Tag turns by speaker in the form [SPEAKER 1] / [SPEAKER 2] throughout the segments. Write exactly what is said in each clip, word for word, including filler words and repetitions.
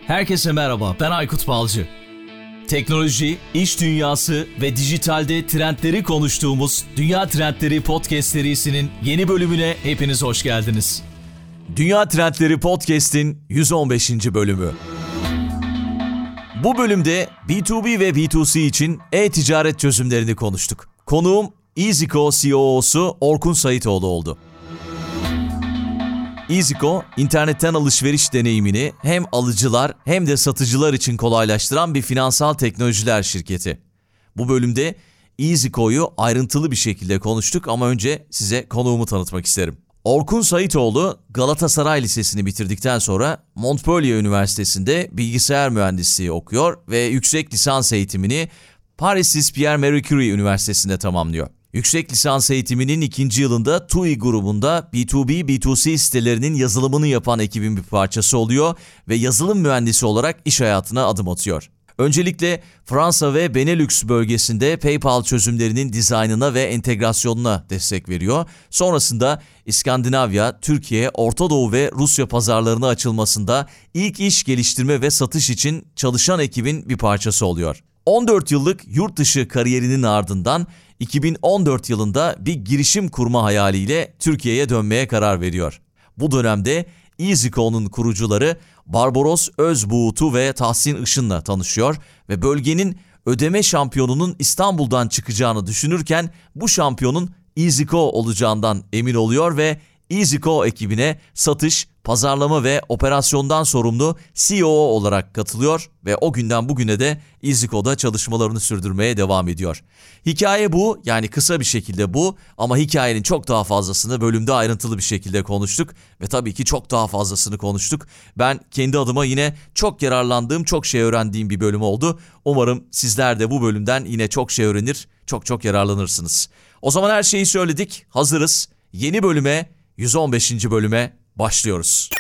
[SPEAKER 1] Herkese merhaba, ben Aykut Balcı. Teknoloji, iş dünyası ve dijitalde trendleri konuştuğumuz Dünya Trendleri Podcast serisinin yeni bölümüne hepiniz hoş geldiniz. Dünya Trendleri Podcast'in yüz on beşinci bölümü. Bu bölümde B iki B ve B iki C için e-ticaret çözümlerini konuştuk. Konuğum iyzico C E O'su Orkun Sayitoğlu oldu. iyzico, internetten alışveriş deneyimini hem alıcılar hem de satıcılar için kolaylaştıran bir finansal teknolojiler şirketi. Bu bölümde iyzico'yu ayrıntılı bir şekilde konuştuk ama önce size konuğumu tanıtmak isterim. Orkun Sayitoğlu, Galatasaray Lisesi'ni bitirdikten sonra Montpellier Üniversitesi'nde bilgisayar mühendisliği okuyor ve yüksek lisans eğitimini Paris Pierre Marie Curie Üniversitesi'nde tamamlıyor. Yüksek lisans eğitiminin ikinci yılında T U I grubunda B iki B, B iki C sitelerinin yazılımını yapan ekibin bir parçası oluyor ve yazılım mühendisi olarak iş hayatına adım atıyor. Öncelikle Fransa ve Benelux bölgesinde PayPal çözümlerinin dizaynına ve entegrasyonuna destek veriyor. Sonrasında İskandinavya, Türkiye, Orta Doğu ve Rusya pazarlarına açılmasında ilk iş geliştirme ve satış için çalışan ekibin bir parçası oluyor. on dört yıllık yurt dışı kariyerinin ardından iki bin on dört yılında bir girişim kurma hayaliyle Türkiye'ye dönmeye karar veriyor. Bu dönemde iyzico'nun kurucuları Barbaros Özbuğut'u ve Tahsin Işın'la tanışıyor ve bölgenin ödeme şampiyonunun İstanbul'dan çıkacağını düşünürken bu şampiyonun iyzico olacağından emin oluyor ve iyzico ekibine satış, pazarlama ve operasyondan sorumlu C E O olarak katılıyor ve o günden bugüne de iyzico'da çalışmalarını sürdürmeye devam ediyor. Hikaye bu, yani kısa bir şekilde bu, ama hikayenin çok daha fazlasını bölümde ayrıntılı bir şekilde konuştuk ve tabii ki çok daha fazlasını konuştuk. Ben kendi adıma yine çok yararlandığım, çok şey öğrendiğim bir bölüm oldu. Umarım sizler de bu bölümden yine çok şey öğrenir, çok çok yararlanırsınız. O zaman her şeyi söyledik, hazırız. Yeni bölüme, yüz on beşinci bölüme başlıyoruz.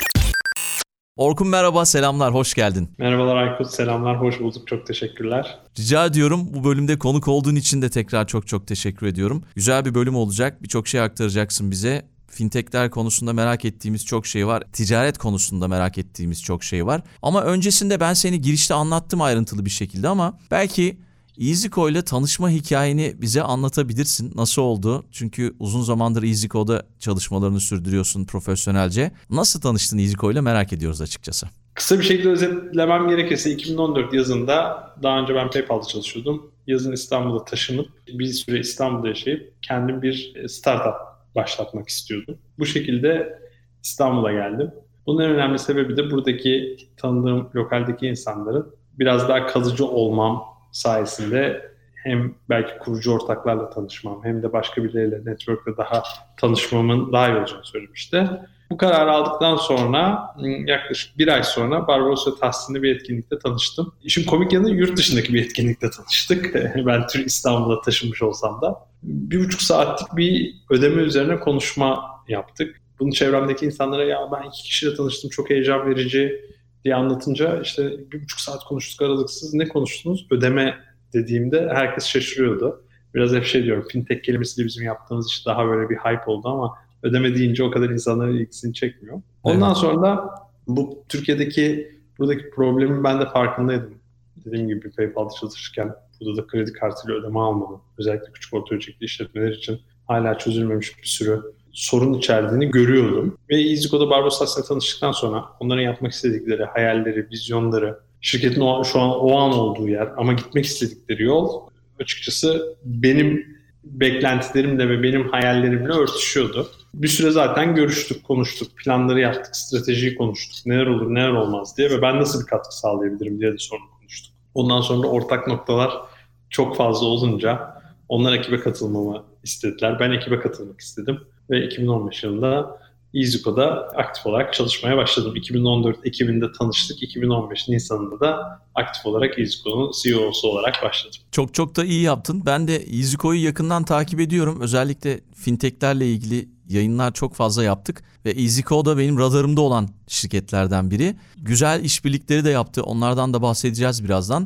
[SPEAKER 1] Orkun merhaba, selamlar, hoş geldin.
[SPEAKER 2] Merhabalar Aykut, selamlar, hoş bulduk, çok teşekkürler.
[SPEAKER 1] Rica ediyorum, bu bölümde konuk olduğun için de tekrar çok çok teşekkür ediyorum. Güzel bir bölüm olacak, birçok şey aktaracaksın bize. Fintech'ler konusunda merak ettiğimiz çok şey var. Ticaret konusunda merak ettiğimiz çok şey var. Ama öncesinde ben seni girişte anlattım ayrıntılı bir şekilde ama belki iyzico ile tanışma hikayeni bize anlatabilirsin. Nasıl oldu? Çünkü uzun zamandır iyzico'da çalışmalarını sürdürüyorsun profesyonelce. Nasıl tanıştın iyzico ile merak ediyoruz açıkçası.
[SPEAKER 2] Kısa bir şekilde özetlemem gerekirse iki bin on dört yazında daha önce ben PayPal'da çalışıyordum. Yazın İstanbul'a taşınıp bir süre İstanbul'da yaşayıp kendim bir startup başlatmak istiyordum. Bu şekilde İstanbul'a geldim. Bunun en önemli sebebi de buradaki tanıdığım lokaldeki insanların biraz daha kalıcı olmam sayesinde hem belki kurucu ortaklarla tanışmam hem de başka birileriyle network'te daha tanışmamın daha iyi olacağını söylemişti. Bu kararı aldıktan sonra yaklaşık bir ay sonra Barbaros ve Tahsin'le bir etkinlikte tanıştım. İşin komik yanı yurt dışındaki bir etkinlikte tanıştık. Ben Türk İstanbul'a taşınmış olsam da. Bir buçuk saatlik bir ödeme üzerine konuşma yaptık. Bunu çevremdeki insanlara ya ben iki kişiyle tanıştım çok heyecan verici diye anlatınca işte bir buçuk saat konuştuk aralıksız. Ne konuştunuz? Ödeme dediğimde herkes şaşırıyordu. Biraz hep şey diyorum, fintech kelimesi de bizim yaptığımız iş daha böyle bir hype oldu ama ödeme deyince o kadar insanların ilgisini çekmiyor. Ondan evet. Sonra da bu Türkiye'deki buradaki problemin ben de farkındaydım. Dediğim gibi PayPal'da çalışırken burada da kredi kartıyla ödeme almadım. Özellikle küçük orta ölçekli işletmeler için hala çözülmemiş bir sürü sorun içerdiğini görüyordum. Ve iyzico'da Barbaros Tahsin'le tanıştıktan sonra onların yapmak istedikleri, hayalleri, vizyonları, şirketin o, şu an o an olduğu yer ama gitmek istedikleri yol açıkçası benim beklentilerimle ve benim hayallerimle örtüşüyordu. Bir süre zaten görüştük, konuştuk, planları yaptık, stratejiyi konuştuk, neler olur neler olmaz diye ve ben nasıl bir katkı sağlayabilirim diye de sonra konuştuk. Ondan sonra ortak noktalar çok fazla olunca onlar ekibe katılmamı istediler. Ben ekibe katılmak istedim ve iki bin on beş yılında iyzico'da aktif olarak çalışmaya başladım. iki bin on dört Ekim'inde tanıştık. iki bin on beş Nisan'ında da aktif olarak iyzico'nun C E O'su olarak başladım.
[SPEAKER 1] Çok çok da iyi yaptın. Ben de iyzico'yu yakından takip ediyorum. Özellikle fintech'lerle ilgili yayınlar çok fazla yaptık. Ve iyzico da benim radarımda olan şirketlerden biri. Güzel işbirlikleri de yaptı. Onlardan da bahsedeceğiz birazdan.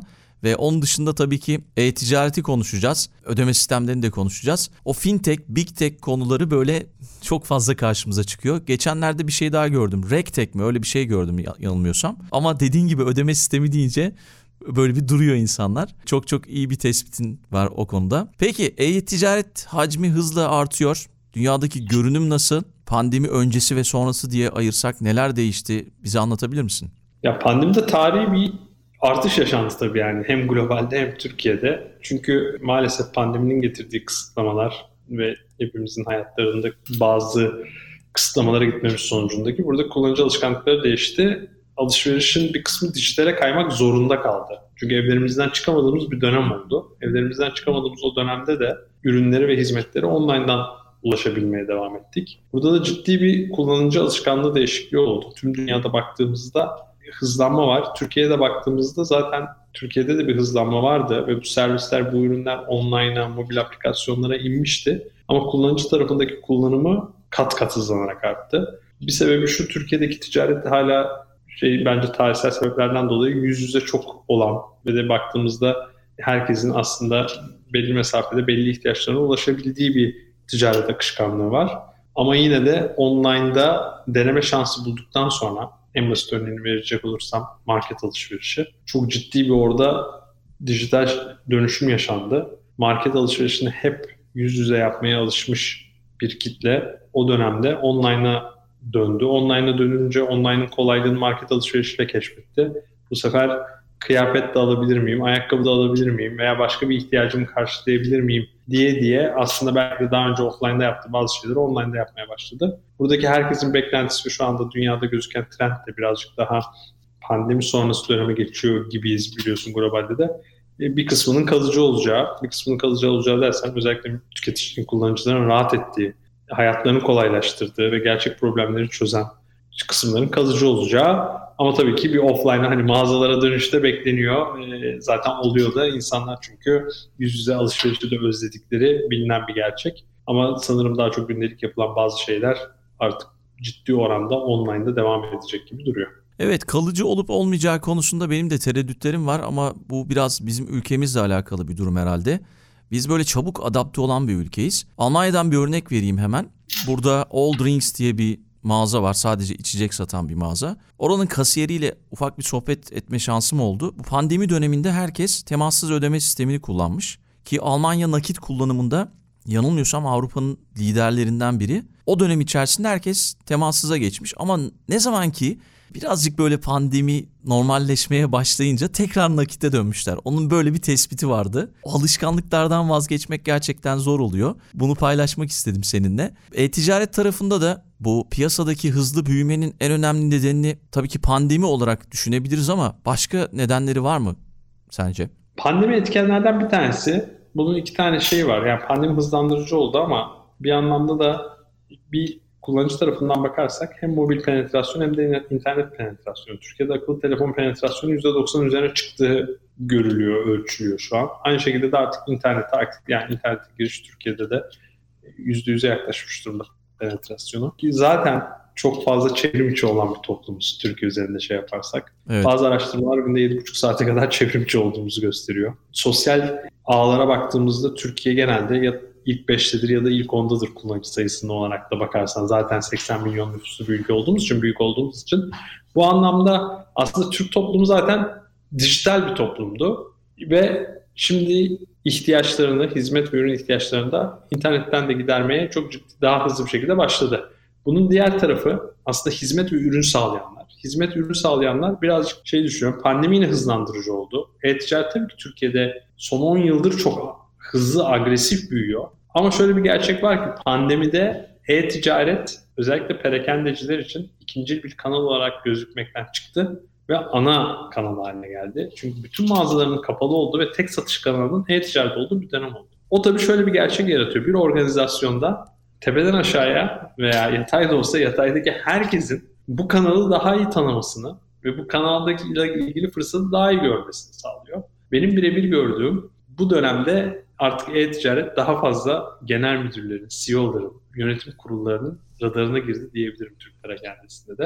[SPEAKER 1] Ve onun dışında tabii ki e-ticareti konuşacağız. Ödeme sistemlerini de konuşacağız. O fintech, big tech konuları böyle çok fazla karşımıza çıkıyor. Geçenlerde bir şey daha gördüm. Regtech mi? Öyle bir şey gördüm yanılmıyorsam. Ama dediğin gibi ödeme sistemi deyince böyle bir duruyor insanlar. Çok çok iyi bir tespitin var o konuda. Peki e-ticaret hacmi hızla artıyor. Dünyadaki görünüm nasıl? Pandemi öncesi ve sonrası diye ayırsak neler değişti? Bize anlatabilir misin?
[SPEAKER 2] Ya pandemide tarihi bir artış yaşandı tabii yani hem globalde hem Türkiye'de. Çünkü maalesef pandeminin getirdiği kısıtlamalar ve hepimizin hayatlarında bazı kısıtlamalara gitmemiz sonucundaki burada kullanıcı alışkanlıkları değişti. Alışverişin bir kısmı dijitale kaymak zorunda kaldı. Çünkü evlerimizden çıkamadığımız bir dönem oldu. Evlerimizden çıkamadığımız o dönemde de ürünleri ve hizmetleri online'dan ulaşabilmeye devam ettik. Burada da ciddi bir kullanıcı alışkanlığı değişikliği oldu. Tüm dünyada baktığımızda hızlanma var. Türkiye'de baktığımızda zaten Türkiye'de de bir hızlanma vardı ve bu servisler, bu ürünler online'a, mobil aplikasyonlara inmişti. Ama kullanıcı tarafındaki kullanımı kat kat hızlanarak arttı. Bir sebebi şu, Türkiye'deki ticaret hala şey, bence tarihsel sebeplerden dolayı yüz yüze çok olan ve de baktığımızda herkesin aslında belli mesafede belli ihtiyaçlarına ulaşabildiği bir ticaret akışkanlığı var. Ama yine de online'da deneme şansı bulduktan sonra, en basit örneğini verecek olursam market alışverişi, çok ciddi bir orada dijital dönüşüm yaşandı. Market alışverişini hep yüz yüze yapmaya alışmış bir kitle o dönemde online'a döndü. Online'a dönünce online'ın kolaylığını market alışverişiyle keşfetti. Bu sefer kıyafet de alabilir miyim, ayakkabı da alabilir miyim veya başka bir ihtiyacımı karşılayabilir miyim diye diye aslında belki de daha önce offline'da yaptığı bazı şeyleri online'da yapmaya başladı. Buradaki herkesin beklentisi ve şu anda dünyada gözüken trend de birazcık daha pandemi sonrası döneme geçiyor gibiyiz biliyorsun globalde de. Bir kısmının kalıcı olacağı, bir kısmının kalıcı olacağı dersen özellikle tüketicinin, kullanıcıların rahat ettiği, hayatlarını kolaylaştırdığı ve gerçek problemleri çözen kısımların kalıcı olacağı. Ama tabii ki bir offline'a hani mağazalara dönüşte bekleniyor. E, zaten oluyor da insanlar çünkü yüz yüze alışverişi de özledikleri bilinen bir gerçek. Ama sanırım daha çok gündelik yapılan bazı şeyler artık ciddi oranda online'da devam edecek gibi duruyor.
[SPEAKER 1] Evet, kalıcı olup olmayacağı konusunda benim de tereddütlerim var ama bu biraz bizim ülkemizle alakalı bir durum herhalde. Biz böyle çabuk adapte olan bir ülkeyiz. Almanya'dan bir örnek vereyim hemen. Burada All Drinks diye bir mağaza var. Sadece içecek satan bir mağaza. Oranın kasiyeriyle ufak bir sohbet etme şansım oldu. Bu pandemi döneminde herkes temassız ödeme sistemini kullanmış. Ki Almanya nakit kullanımında yanılmıyorsam Avrupa'nın liderlerinden biri. O dönem içerisinde herkes temassıza geçmiş. Ama ne zaman ki birazcık böyle pandemi normalleşmeye başlayınca tekrar nakite dönmüşler. Onun böyle bir tespiti vardı. O alışkanlıklardan vazgeçmek gerçekten zor oluyor. Bunu paylaşmak istedim seninle. E-ticaret tarafında da bu piyasadaki hızlı büyümenin en önemli nedenini tabii ki pandemi olarak düşünebiliriz ama başka nedenleri var mı sence?
[SPEAKER 2] Pandemi etkenlerden bir tanesi. Bunun iki tane şey var. Yani pandemi hızlandırıcı oldu ama bir anlamda da bir kullanıcı tarafından bakarsak hem mobil penetrasyon hem de internet penetrasyonu. Türkiye'de akıllı telefon penetrasyonu yüzde doksan üzerine çıktığı görülüyor, ölçülüyor şu an. Aynı şekilde de artık internete aktif, yani internete giriş Türkiye'de de yüzde yüze yaklaşmış durumda penetrasyonu. Ki zaten çok fazla çevrim içi olan bir toplumuz Türkiye üzerinde şey yaparsak. Evet. Bazı araştırmalar günde yedi buçuk saate kadar çevrim içi olduğumuzu gösteriyor. Sosyal ağlara baktığımızda Türkiye genelde ya ilk beştedir ya da ilk ondadır kullanıcı sayısında olarak da bakarsan. Zaten seksen milyon nüfuslu bir ülke olduğumuz için, büyük olduğumuz için. Bu anlamda aslında Türk toplumu zaten dijital bir toplumdu. Ve şimdi ihtiyaçlarını, hizmet ve ürün ihtiyaçlarını da internetten de gidermeye çok ciddi, daha hızlı bir şekilde başladı. Bunun diğer tarafı aslında hizmet ve ürün sağlayanlar. Hizmet ve ürün sağlayanlar birazcık şey düşünüyorum, pandemiyle hızlandırıcı oldu. E-ticaret tabii ki Türkiye'de son on yıldır çok hızlı, agresif büyüyor. Ama şöyle bir gerçek var ki pandemide e-ticaret özellikle perakendeciler için ikinci bir kanal olarak gözükmekten çıktı ve ana kanal haline geldi. Çünkü bütün mağazaların kapalı olduğu ve tek satış kanalının e-ticaret olduğu bir dönem oldu. O tabii şöyle bir gerçek yaratıyor. Bir organizasyonda tepeden aşağıya veya yatay da olsa yataydaki herkesin bu kanalı daha iyi tanımasını ve bu kanaldaki ile ilgili fırsatı daha iyi görmesini sağlıyor. Benim birebir gördüğüm bu dönemde artık e-ticaret daha fazla genel müdürlerin, C E O'ların, yönetim kurullarının radarına girdi diyebilirim Türk perakendesinde de.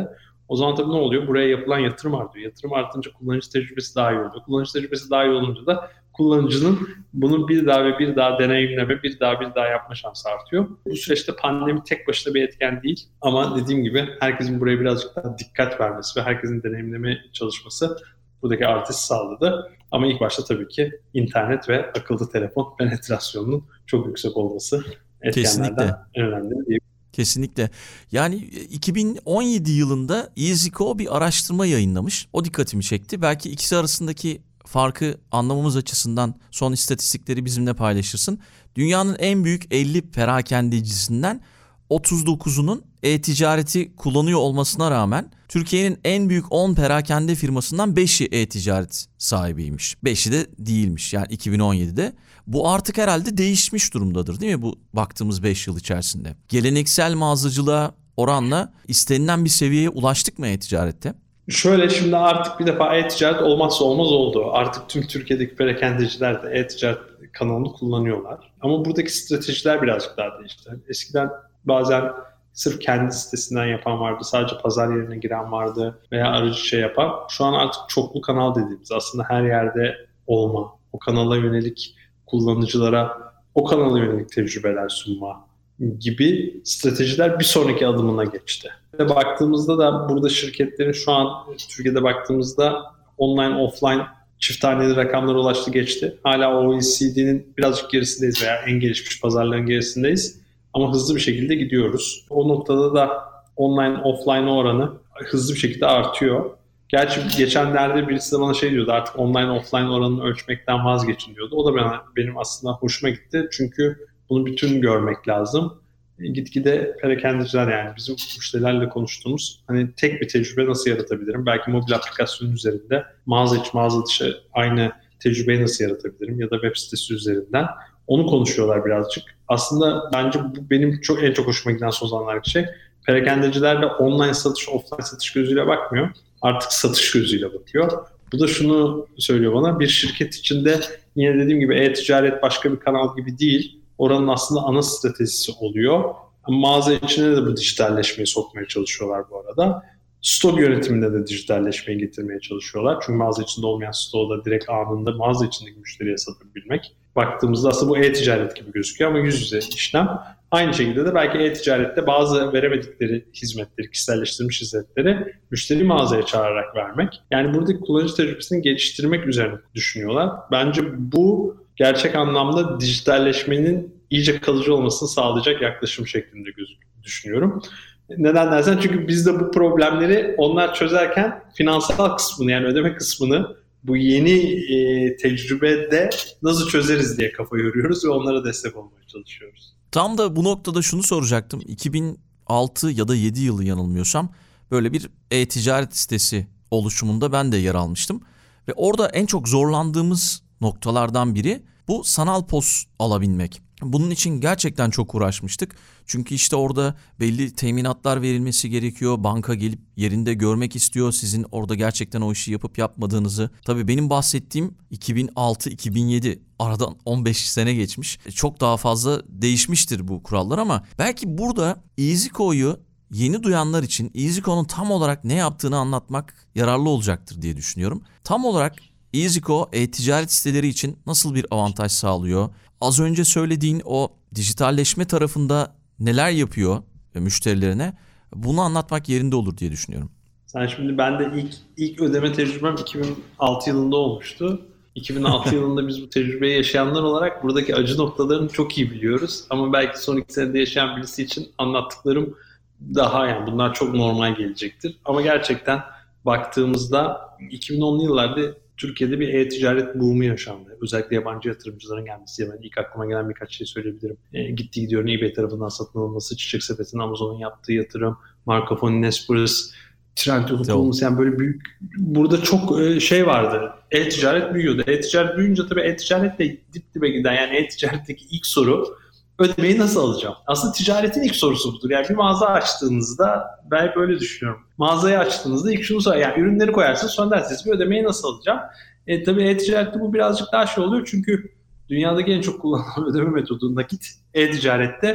[SPEAKER 2] O zaman tabii ne oluyor? Buraya yapılan yatırım artıyor. Yatırım artınca kullanıcı tecrübesi daha iyi oluyor. Kullanıcı tecrübesi daha iyi olunca da kullanıcının bunu bir daha ve bir daha deneyimleme, bir daha bir daha yapma şansı artıyor. Bu süreçte pandemi tek başına bir etken değil. Ama dediğim gibi herkesin buraya birazcık daha dikkat vermesi ve herkesin deneyimleme çalışması buradaki artışı sağladı. Ama ilk başta tabii ki internet ve akıllı telefon penetrasyonunun çok yüksek olması etkenlerden
[SPEAKER 1] Kesinlikle.
[SPEAKER 2] en önemli diye.
[SPEAKER 1] Kesinlikle. Yani iki bin on yedi yılında EasyCo bir araştırma yayınlamış. O dikkatimi çekti. Belki ikisi arasındaki farkı anlamamız açısından son istatistikleri bizimle paylaşırsın. Dünyanın en büyük elli perakendecisinden otuz dokuzunun e-ticareti kullanıyor olmasına rağmen Türkiye'nin en büyük on perakende firmasından beşi e-ticaret sahibiymiş. beşi de değilmiş yani iki bin on yedide. Bu artık herhalde değişmiş durumdadır değil mi bu baktığımız beş yıl içerisinde? Geleneksel mağazacılığa oranla istenilen bir seviyeye ulaştık mı e-ticarette?
[SPEAKER 2] Şöyle şimdi artık bir defa e-ticaret olmazsa olmaz oldu. Artık tüm Türkiye'deki perakendeciler de e-ticaret kanalını kullanıyorlar. Ama buradaki stratejiler birazcık daha değişti. Eskiden bazen sırf kendi sitesinden yapan vardı, sadece pazar yerine giren vardı veya aracı şey yapan. Şu an artık çoklu kanal dediğimiz aslında her yerde olma, o kanala yönelik kullanıcılara o kanala yönelik tecrübeler sunma gibi stratejiler bir sonraki adımına geçti. Ve baktığımızda da burada şirketlerin şu an Türkiye'de baktığımızda online offline çift taneli rakamlara ulaştı geçti. Hala O E C D'nin birazcık gerisindeyiz veya en gelişmiş pazarların gerisindeyiz. Ama hızlı bir şekilde gidiyoruz. O noktada da online offline oranı hızlı bir şekilde artıyor. Gerçi geçenlerde birisi de bana şey diyordu, artık online offline oranını ölçmekten vazgeçin diyordu. O da bana, benim aslında hoşuma gitti. Çünkü bunu bütün görmek lazım. Gitgide perakendeciler yani bizim müşterilerle konuştuğumuz hani tek bir tecrübe nasıl yaratabilirim? Belki mobil aplikasyonun üzerinde mağaza içi mağaza dışı aynı tecrübeyi nasıl yaratabilirim? Ya da web sitesi üzerinden. Onu konuşuyorlar birazcık. Aslında bence bu benim çok en çok hoşuma giden son zamanlardaki şey. Perakendeciler de online satış, offline satış gözüyle bakmıyor. Artık satış gözüyle bakıyor. Bu da şunu söylüyor bana. Bir şirket içinde yine dediğim gibi e-ticaret başka bir kanal gibi değil. Oranın aslında ana stratejisi oluyor. Mağaza içine de bu dijitalleşmeyi sokmaya çalışıyorlar bu arada. Stok yönetiminde de dijitalleşmeyi getirmeye çalışıyorlar. Çünkü mağaza içinde olmayan stoğu da direkt anında mağaza içindeki müşteriye satabilmek. Baktığımızda aslında bu e-ticaret gibi gözüküyor ama yüz yüze işlem. Aynı şekilde de belki e-ticarette bazı veremedikleri hizmetleri, kişiselleştirilmiş hizmetleri müşteri mağazaya çağırarak vermek. Yani buradaki kullanıcı tecrübesini geliştirmek üzerine düşünüyorlar. Bence bu gerçek anlamda dijitalleşmenin iyice kalıcı olmasını sağlayacak yaklaşım şeklinde düşünüyorum. Neden dersen çünkü biz de bu problemleri onlar çözerken finansal kısmını yani ödeme kısmını bu yeni e, tecrübede nasıl çözeriz diye kafa yoruyoruz ve onlara destek olmaya çalışıyoruz.
[SPEAKER 1] Tam da bu noktada şunu soracaktım. iki bin altı ya da yedi yılı yanılmıyorsam böyle bir e-ticaret sitesi oluşumunda ben de yer almıştım. Ve orada en çok zorlandığımız noktalardan biri bu sanal pos alabilmek. Bunun için gerçekten çok uğraşmıştık. Çünkü işte orada belli teminatlar verilmesi gerekiyor. Banka gelip yerinde görmek istiyor sizin orada gerçekten o işi yapıp yapmadığınızı. Tabii benim bahsettiğim iki bin altı iki bin yedi, aradan on beş sene geçmiş. Çok daha fazla değişmiştir bu kurallar ama belki burada EasyCo'yu yeni duyanlar için EasyCo'nun tam olarak ne yaptığını anlatmak yararlı olacaktır diye düşünüyorum. Tam olarak EasyCo e-ticaret siteleri için nasıl bir avantaj sağlıyor? Az önce söylediğin o dijitalleşme tarafında neler yapıyor müşterilerine? Bunu anlatmak yerinde olur diye düşünüyorum.
[SPEAKER 2] Sen şimdi ben de ilk ilk ödeme tecrübem iki bin altı yılında olmuştu. iki bin altı yılında biz bu tecrübeyi yaşayanlar olarak buradaki acı noktalarını çok iyi biliyoruz. Ama belki son iki senede yaşayan birisi için anlattıklarım daha yani bunlar çok normal gelecektir. Ama gerçekten baktığımızda iki bin onlu yıllarda Türkiye'de bir e-ticaret boom'u yaşandı. Özellikle yabancı yatırımcıların gelmesi. Ben ilk aklıma gelen birkaç şey söyleyebilirim. E, gitti gidiyorum eBay tarafından satın alınması, Çiçek Sepeti'nin Amazon'un yaptığı yatırım, Marco Polo, Nespresso, Trendyol'un kurulması. Yani böyle büyük, burada çok şey vardı. E-ticaret büyüyordu. E-ticaret büyüyünce tabii e-ticaretle dip dibe giden yani e-ticaretteki ilk soru ödemeyi nasıl alacağım? Aslında ticaretin ilk sorusu budur. Yani bir mağaza açtığınızda ben hep öyle düşünüyorum. Mağazayı açtığınızda ilk şunu sor. Yani ürünleri koyarsınız sonra dersiniz bir ödemeyi nasıl alacağım? E, tabii e-ticarette bu birazcık daha şey oluyor çünkü dünyadaki en çok kullanılan ödeme metodu nakit. E-ticarette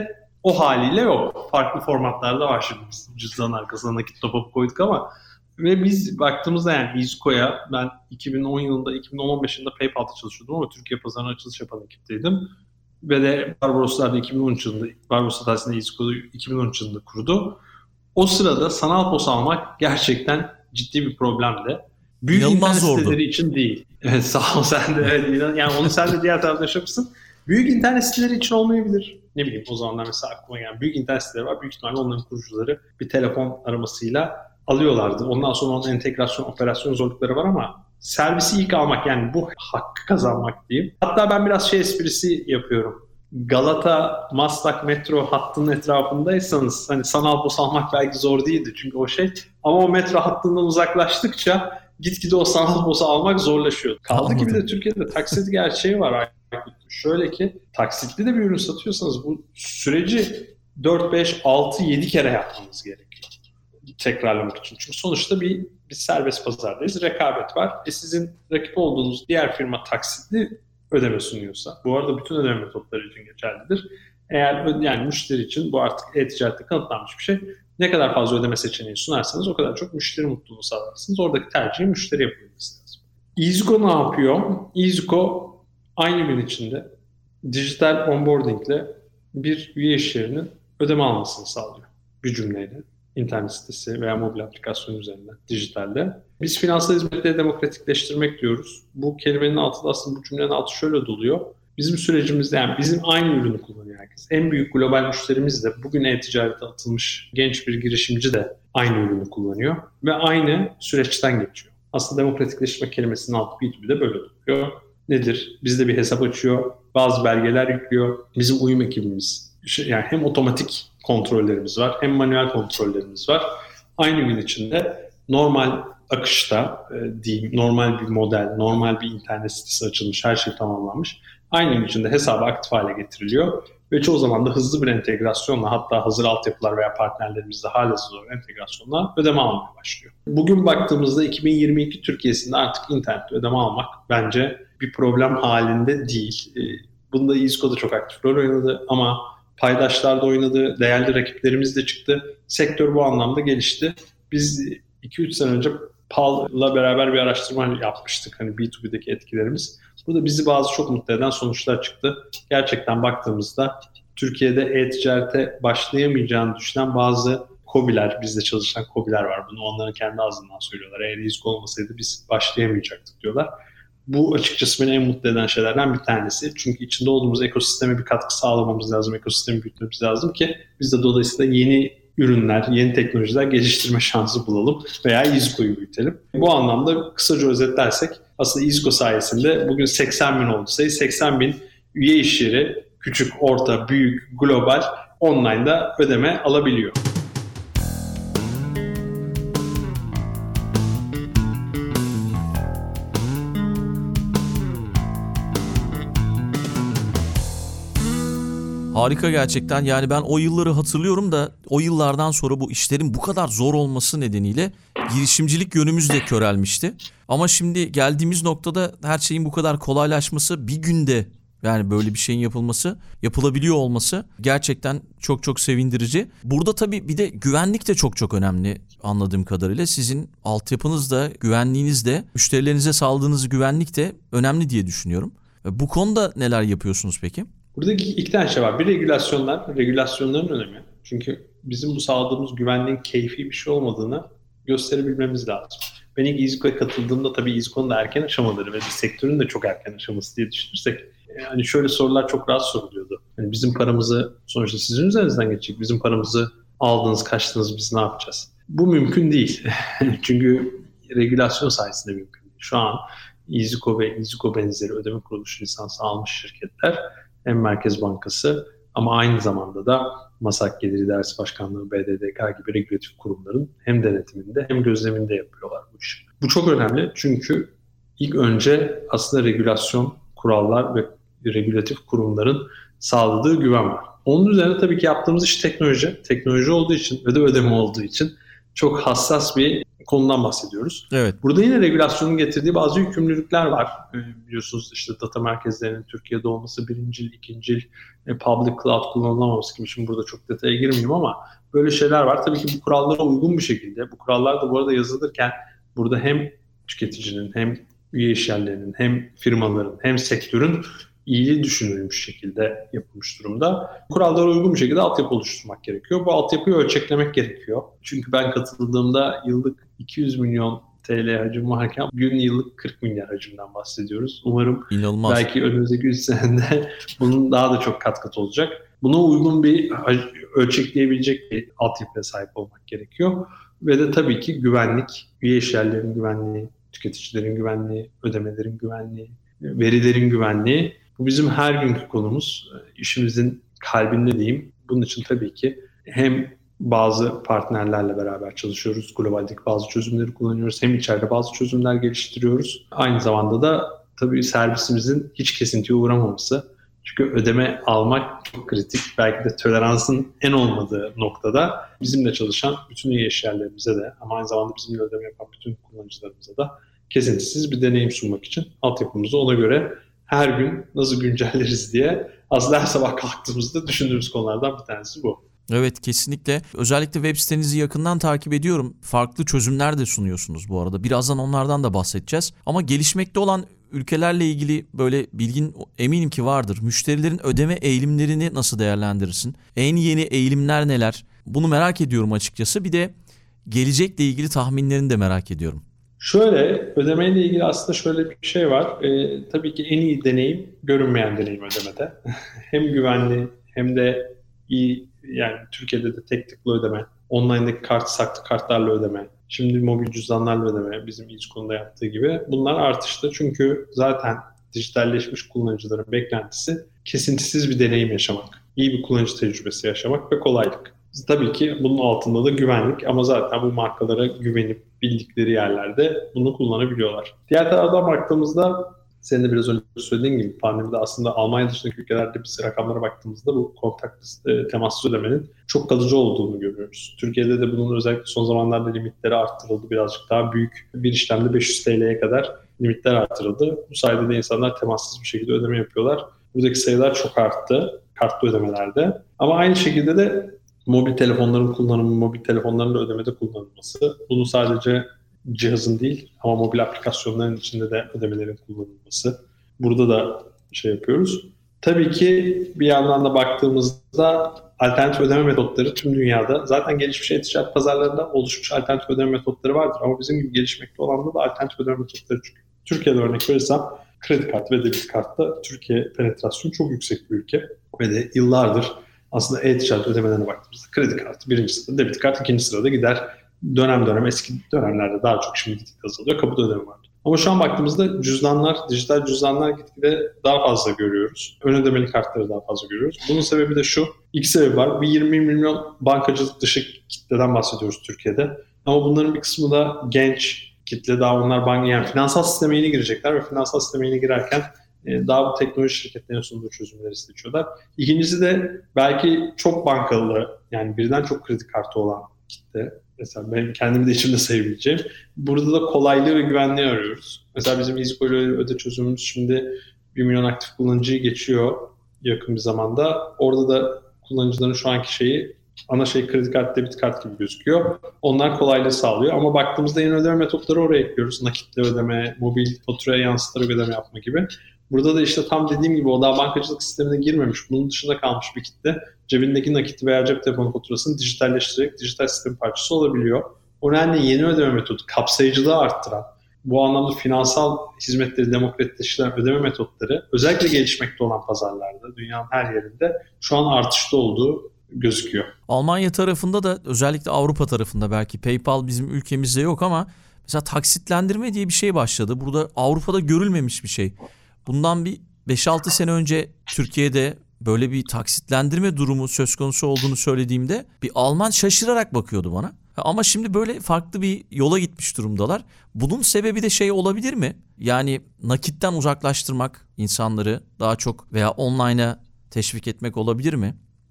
[SPEAKER 2] o haliyle yok. Farklı formatlarda var şimdi. Biz cüzdanın arkasına nakit top-up koyduk ama ve biz baktığımızda yani iziko'ya ben iki bin on yılında, iki bin on beş yılında PayPal'da çalışıyordum ama Türkiye pazarına açılış yapan ekipteydim. Ve de Barbaroslar da iki bin on üç yılında, Barbaros aslında iziko'yu iki bin on üç yılında kurdu. O sırada sanal pos almak gerçekten ciddi bir problemdi. Büyük
[SPEAKER 1] İnanılmaz
[SPEAKER 2] internet
[SPEAKER 1] zordu.
[SPEAKER 2] siteleri için değil. Evet, sağ ol sen de. Evet, yani onu sen de diğer tarafta yaşamışsın. Büyük internet siteleri için olmayabilir. Ne bileyim o zamanlar mesela aklıma gelen büyük internet siteleri var. Büyük ihtimalle onların kurucuları bir telefon aramasıyla alıyorlardı. Ondan sonra onun entegrasyon, operasyon zorlukları var ama servisi ilk almak yani bu hakkı kazanmak diyeyim. Hatta ben biraz şey esprisi yapıyorum. Galata, Maslak metro hattının etrafındaysanız hani sanal pos almak belki zor değildi çünkü o şey. Ama o metro hattından uzaklaştıkça gitgide o sanal posu almak zorlaşıyor. Kaldı ki bir de Türkiye'de taksit gerçeği var. Şöyle ki taksitli de bir ürün satıyorsanız bu süreci dört, beş, altı, yedi kere yapmanız gerekiyor. Tekrarlamak için. Çünkü sonuçta bir, bir serbest pazardayız. Rekabet var. E sizin rakip olduğunuz diğer firma taksitli ödeme sunuyorsa, bu arada bütün ödeme metotları için geçerlidir. Eğer yani müşteri için bu artık e-ticarette kanıtlanmış bir şey. Ne kadar fazla ödeme seçeneği sunarsanız o kadar çok müşteri mutluluğu sağlarsınız. Oradaki tercihi müşteri yapabilmesi lazım. iziko ne yapıyor? iziko aynı gün içinde dijital onboarding ile bir üye iş yerinin ödeme almasını sağlıyor. Bir cümleyle. İnternet sitesi veya mobil aplikasyon üzerinden, dijitalde. Biz finansal hizmetleri demokratikleştirmek diyoruz. Bu kelimenin altında aslında bu cümlenin altı şöyle doluyor. Bizim sürecimizde yani bizim aynı ürünü kullanıyor herkes. En büyük global müşterimiz de bugün e-ticarete atılmış genç bir girişimci de aynı ürünü kullanıyor. Ve aynı süreçten geçiyor. Aslında demokratikleştirme kelimesinin altı B iki B'de böyle duruyor. Nedir? Bizde bir hesap açıyor, bazı belgeler yüklüyor. Bizim uyum ekibimiz, yani hem otomatik kontrollerimiz var hem manuel kontrollerimiz var. Aynı gün içinde normal akışta e, diyeyim, normal bir model, normal bir internet sitesi açılmış, her şey tamamlanmış. Aynı gün içinde hesabı aktif hale getiriliyor ve çoğu zaman da hızlı bir entegrasyonla, hatta hazır altyapılar veya partnerlerimizle halihazır olan entegrasyonla ödeme almaya başlıyor. Bugün baktığımızda iki bin yirmi iki Türkiye'sinde artık internette ödeme almak bence bir problem halinde değil. E, bunda iziko da çok aktif rol oynadı ama paydaşlar da oynadı, değerli rakiplerimiz de çıktı. Sektör bu anlamda gelişti. Biz iki üç sene önce P A L'la beraber bir araştırma yapmıştık. Hani B iki B'deki etkilerimiz. Burada bizi bazı çok mutlu eden sonuçlar çıktı. Gerçekten baktığımızda Türkiye'de e-ticarete başlayamayacağını düşünen bazı KOBİ'ler, bizde çalışan KOBİ'ler var. Bunu onların kendi ağzından söylüyorlar. Eğer iziko olmasaydı biz başlayamayacaktık diyorlar. Bu açıkçası beni en mutlu eden şeylerden bir tanesi. Çünkü içinde olduğumuz ekosisteme bir katkı sağlamamız lazım, ekosistemi büyütmemiz lazım ki biz de dolayısıyla yeni ürünler, yeni teknolojiler geliştirme şansı bulalım veya iziko'yu büyütelim. Bu anlamda kısaca özetlersek aslında iziko sayesinde bugün seksen bin oldu sayı, seksen bin üye iş yeri küçük, orta, büyük, global online'da ödeme alabiliyor.
[SPEAKER 1] Harika gerçekten. Yani ben o yılları hatırlıyorum da o yıllardan sonra bu işlerin bu kadar zor olması nedeniyle girişimcilik yönümüz de körelmişti. Ama şimdi geldiğimiz noktada her şeyin bu kadar kolaylaşması, bir günde yani böyle bir şeyin yapılması, yapılabiliyor olması gerçekten çok çok sevindirici. Burada tabii bir de güvenlik de çok çok önemli anladığım kadarıyla. Sizin altyapınız da, güvenliğiniz de, müşterilerinize sağladığınız güvenlik de önemli diye düşünüyorum. Bu konuda neler yapıyorsunuz peki?
[SPEAKER 2] Buradaki iki tane şey var. Bir regülasyonlar, regülasyonların önemi. Çünkü bizim bu sağladığımız güvenliğin keyfi bir şey olmadığını gösterebilmemiz lazım. Ben ilk iziko'ya katıldığımda tabii iziko'nun da erken aşamaları ve bir sektörün de çok erken aşaması diye düşünürsek yani şöyle sorular çok rahat soruluyordu. Yani bizim paramızı sonuçta sizin üzerinizden geçecek. Bizim paramızı aldınız, kaçtınız, biz ne yapacağız? Bu mümkün değil. Çünkü regülasyon sayesinde mümkün değil. Şu an iziko ve iziko benzeri ödeme kuruluşu lisansı almış şirketler hem Merkez Bankası ama aynı zamanda da MASAK Gelir İdaresi Başkanlığı, B D D K gibi regülatif kurumların hem denetiminde hem gözleminde yapıyorlar bu işi. Bu çok önemli çünkü ilk önce aslında regülasyon, kurallar ve regülatif kurumların sağladığı güven var. Onun üzerine tabii ki yaptığımız iş teknoloji. Teknoloji olduğu için ve de ödeme olduğu için çok hassas bir konudan bahsediyoruz.
[SPEAKER 1] Evet.
[SPEAKER 2] Burada yine regülasyonun getirdiği bazı yükümlülükler var. E, biliyorsunuz işte data merkezlerinin Türkiye'de olması, birincil, ikincil, e, public cloud kullanılamaması gibi. Şimdi burada çok detaya girmeyeyim ama böyle şeyler var. Tabii ki bu kurallara uygun bir şekilde. Bu kurallar da bu arada yazılırken burada hem tüketicinin hem üye işyerlerinin hem firmaların hem sektörün iyiliği düşünülmüş şekilde yapılmış durumda. Kurallara uygun bir şekilde altyapı oluşturmak gerekiyor. Bu altyapıyı ölçeklemek gerekiyor. Çünkü ben katıldığımda yıllık iki yüz milyon T L hacim varken bugün yıllık kırk milyar hacimden bahsediyoruz. Umarım
[SPEAKER 1] İnanılmaz.
[SPEAKER 2] belki önümüzdeki yüz senede bunun daha da çok kat kat olacak. Buna uygun bir ölçekleyebilecek bir altyapıya sahip olmak gerekiyor. Ve de tabii ki güvenlik, üye işyerlerin güvenliği, tüketicilerin güvenliği, ödemelerin güvenliği, verilerin güvenliği. Bu bizim her günkü konumuz. İşimizin kalbinde diyeyim. Bunun için tabii ki hem bazı partnerlerle beraber çalışıyoruz. Globaldeki bazı çözümleri kullanıyoruz. Hem içeride bazı çözümler geliştiriyoruz. Aynı zamanda da tabii servisimizin hiç kesintiye uğramaması. Çünkü ödeme almak çok kritik. Belki de toleransın en olmadığı noktada bizimle çalışan bütün üye işyerlerimize de ama aynı zamanda bizimle ödeme yapan bütün kullanıcılarımıza da kesintisiz bir deneyim sunmak için altyapımızı ona göre her gün nasıl güncelleriz diye aslında her sabah kalktığımızda düşündüğümüz konulardan bir tanesi bu.
[SPEAKER 1] Evet, kesinlikle. Özellikle web sitenizi yakından takip ediyorum. Farklı çözümler de sunuyorsunuz bu arada. Birazdan onlardan da bahsedeceğiz. Ama gelişmekte olan ülkelerle ilgili böyle bilgin eminim ki vardır. Müşterilerin ödeme eğilimlerini nasıl değerlendirirsin? En yeni eğilimler neler? Bunu merak ediyorum açıkçası. Bir de gelecekle ilgili tahminlerini de merak ediyorum.
[SPEAKER 2] Şöyle, ödemeyle ilgili aslında şöyle bir şey var. Ee, tabii ki en iyi deneyim görünmeyen deneyim ödemede. Hem güvenli hem de iyi, yani Türkiye'de de tek tıklı ödeme, online'daki kart, saklı kartlarla ödeme, şimdi mobil cüzdanlarla ödeme, bizim İzko'nda yaptığı gibi bunlar artışta. Çünkü zaten dijitalleşmiş kullanıcıların beklentisi kesintisiz bir deneyim yaşamak, iyi bir kullanıcı tecrübesi yaşamak ve kolaylık. Tabii ki bunun altında da güvenlik ama zaten bu markalara güvenip bildikleri yerlerde bunu kullanabiliyorlar. Diğer taraftan baktığımızda senin de biraz önce söylediğin gibi pandemide aslında Almanya dışındaki ülkelerde biz rakamlara baktığımızda bu kontaktsız e, temassız ödemenin çok kalıcı olduğunu görüyoruz. Türkiye'de de bunun özellikle son zamanlarda limitleri arttırıldı. Birazcık daha büyük bir işlemde beş yüz T L'ye kadar limitler arttırıldı. Bu sayede de insanlar temassız bir şekilde ödeme yapıyorlar. Buradaki sayılar çok arttı kartlı ödemelerde. Ama aynı şekilde de mobil telefonların kullanımı, mobil telefonların da ödemede kullanılması. Bunu sadece cihazın değil ama mobil aplikasyonların içinde de ödemelerin kullanılması. Burada da şey yapıyoruz. Tabii ki bir yandan da baktığımızda alternatif ödeme metotları tüm dünyada zaten gelişmiş e-ticaret pazarlarında oluşmuş alternatif ödeme metotları vardır. Ama bizim gibi gelişmekte olanda da alternatif ödeme metotları çünkü. Türkiye'de örnek verirsem kredi kartı ve debit kartta Türkiye penetrasyonu çok yüksek bir ülke. Ve de yıllardır aslında e-ticaret ödemelerine baktığımızda kredi kartı birinci sırada, debit kart ikinci sırada gider. Dönem dönem eski dönemlerde daha çok şimdi gitgide azalıyor. Kapıda ödeme var. Ama şu an baktığımızda cüzdanlar, dijital cüzdanlar gitgide daha fazla görüyoruz. Ön ödemeli kartları daha fazla görüyoruz. Bunun sebebi de şu. İki sebebi var. Bir yirmi milyon bankacılık dışı kitleden bahsediyoruz Türkiye'de. Ama bunların bir kısmı da genç kitle. Daha onlar banka, yani finansal sisteme yeni girecekler ve finansal sisteme yeni girerken daha bu teknoloji şirketlerinin sunduğu çözümleri seçiyorlar. İkincisi de belki çok bankalı, yani birden çok kredi kartı olan kitle. Mesela benim kendimi de içimde sayabileceğim. Burada da kolaylığı ve güvenliği arıyoruz. Mesela bizim İzko ile öde çözümümüz şimdi bir milyon aktif kullanıcıyı geçiyor yakın bir zamanda. Orada da kullanıcıların şu anki şeyi, ana şey kredi kart, debit kart gibi gözüküyor. Onlar kolaylığı sağlıyor. Ama baktığımızda yeni ödeme metotları oraya ekliyoruz. Nakitle ödeme, mobil faturaya yansıtarak ödeme yapma gibi. Burada da işte tam dediğim gibi o daha bankacılık sistemine girmemiş, bunun dışında kalmış bir kitle cebindeki nakiti veya cep telefonu faturasını dijitalleştirerek dijital sistemin parçası olabiliyor. O nedenle yeni ödeme metodu, kapsayıcılığı arttıran, bu anlamda finansal hizmetleri demokratleştiren ödeme metotları özellikle gelişmekte olan pazarlarda, dünyanın her yerinde şu an artışta olduğu gözüküyor.
[SPEAKER 1] Almanya tarafında da özellikle Avrupa tarafında belki PayPal bizim ülkemizde yok ama mesela taksitlendirme diye bir şey başladı. Burada Avrupa'da görülmemiş bir şey. Bundan bir beş altı sene önce Türkiye'de böyle bir taksitlendirme durumu söz konusu olduğunu söylediğimde bir Alman şaşırarak bakıyordu bana. Ama şimdi böyle farklı bir yola gitmiş durumdalar. Bunun sebebi de şey olabilir mi? Yani nakitten uzaklaştırmak insanları daha çok veya online'a teşvik etmek olabilir mi?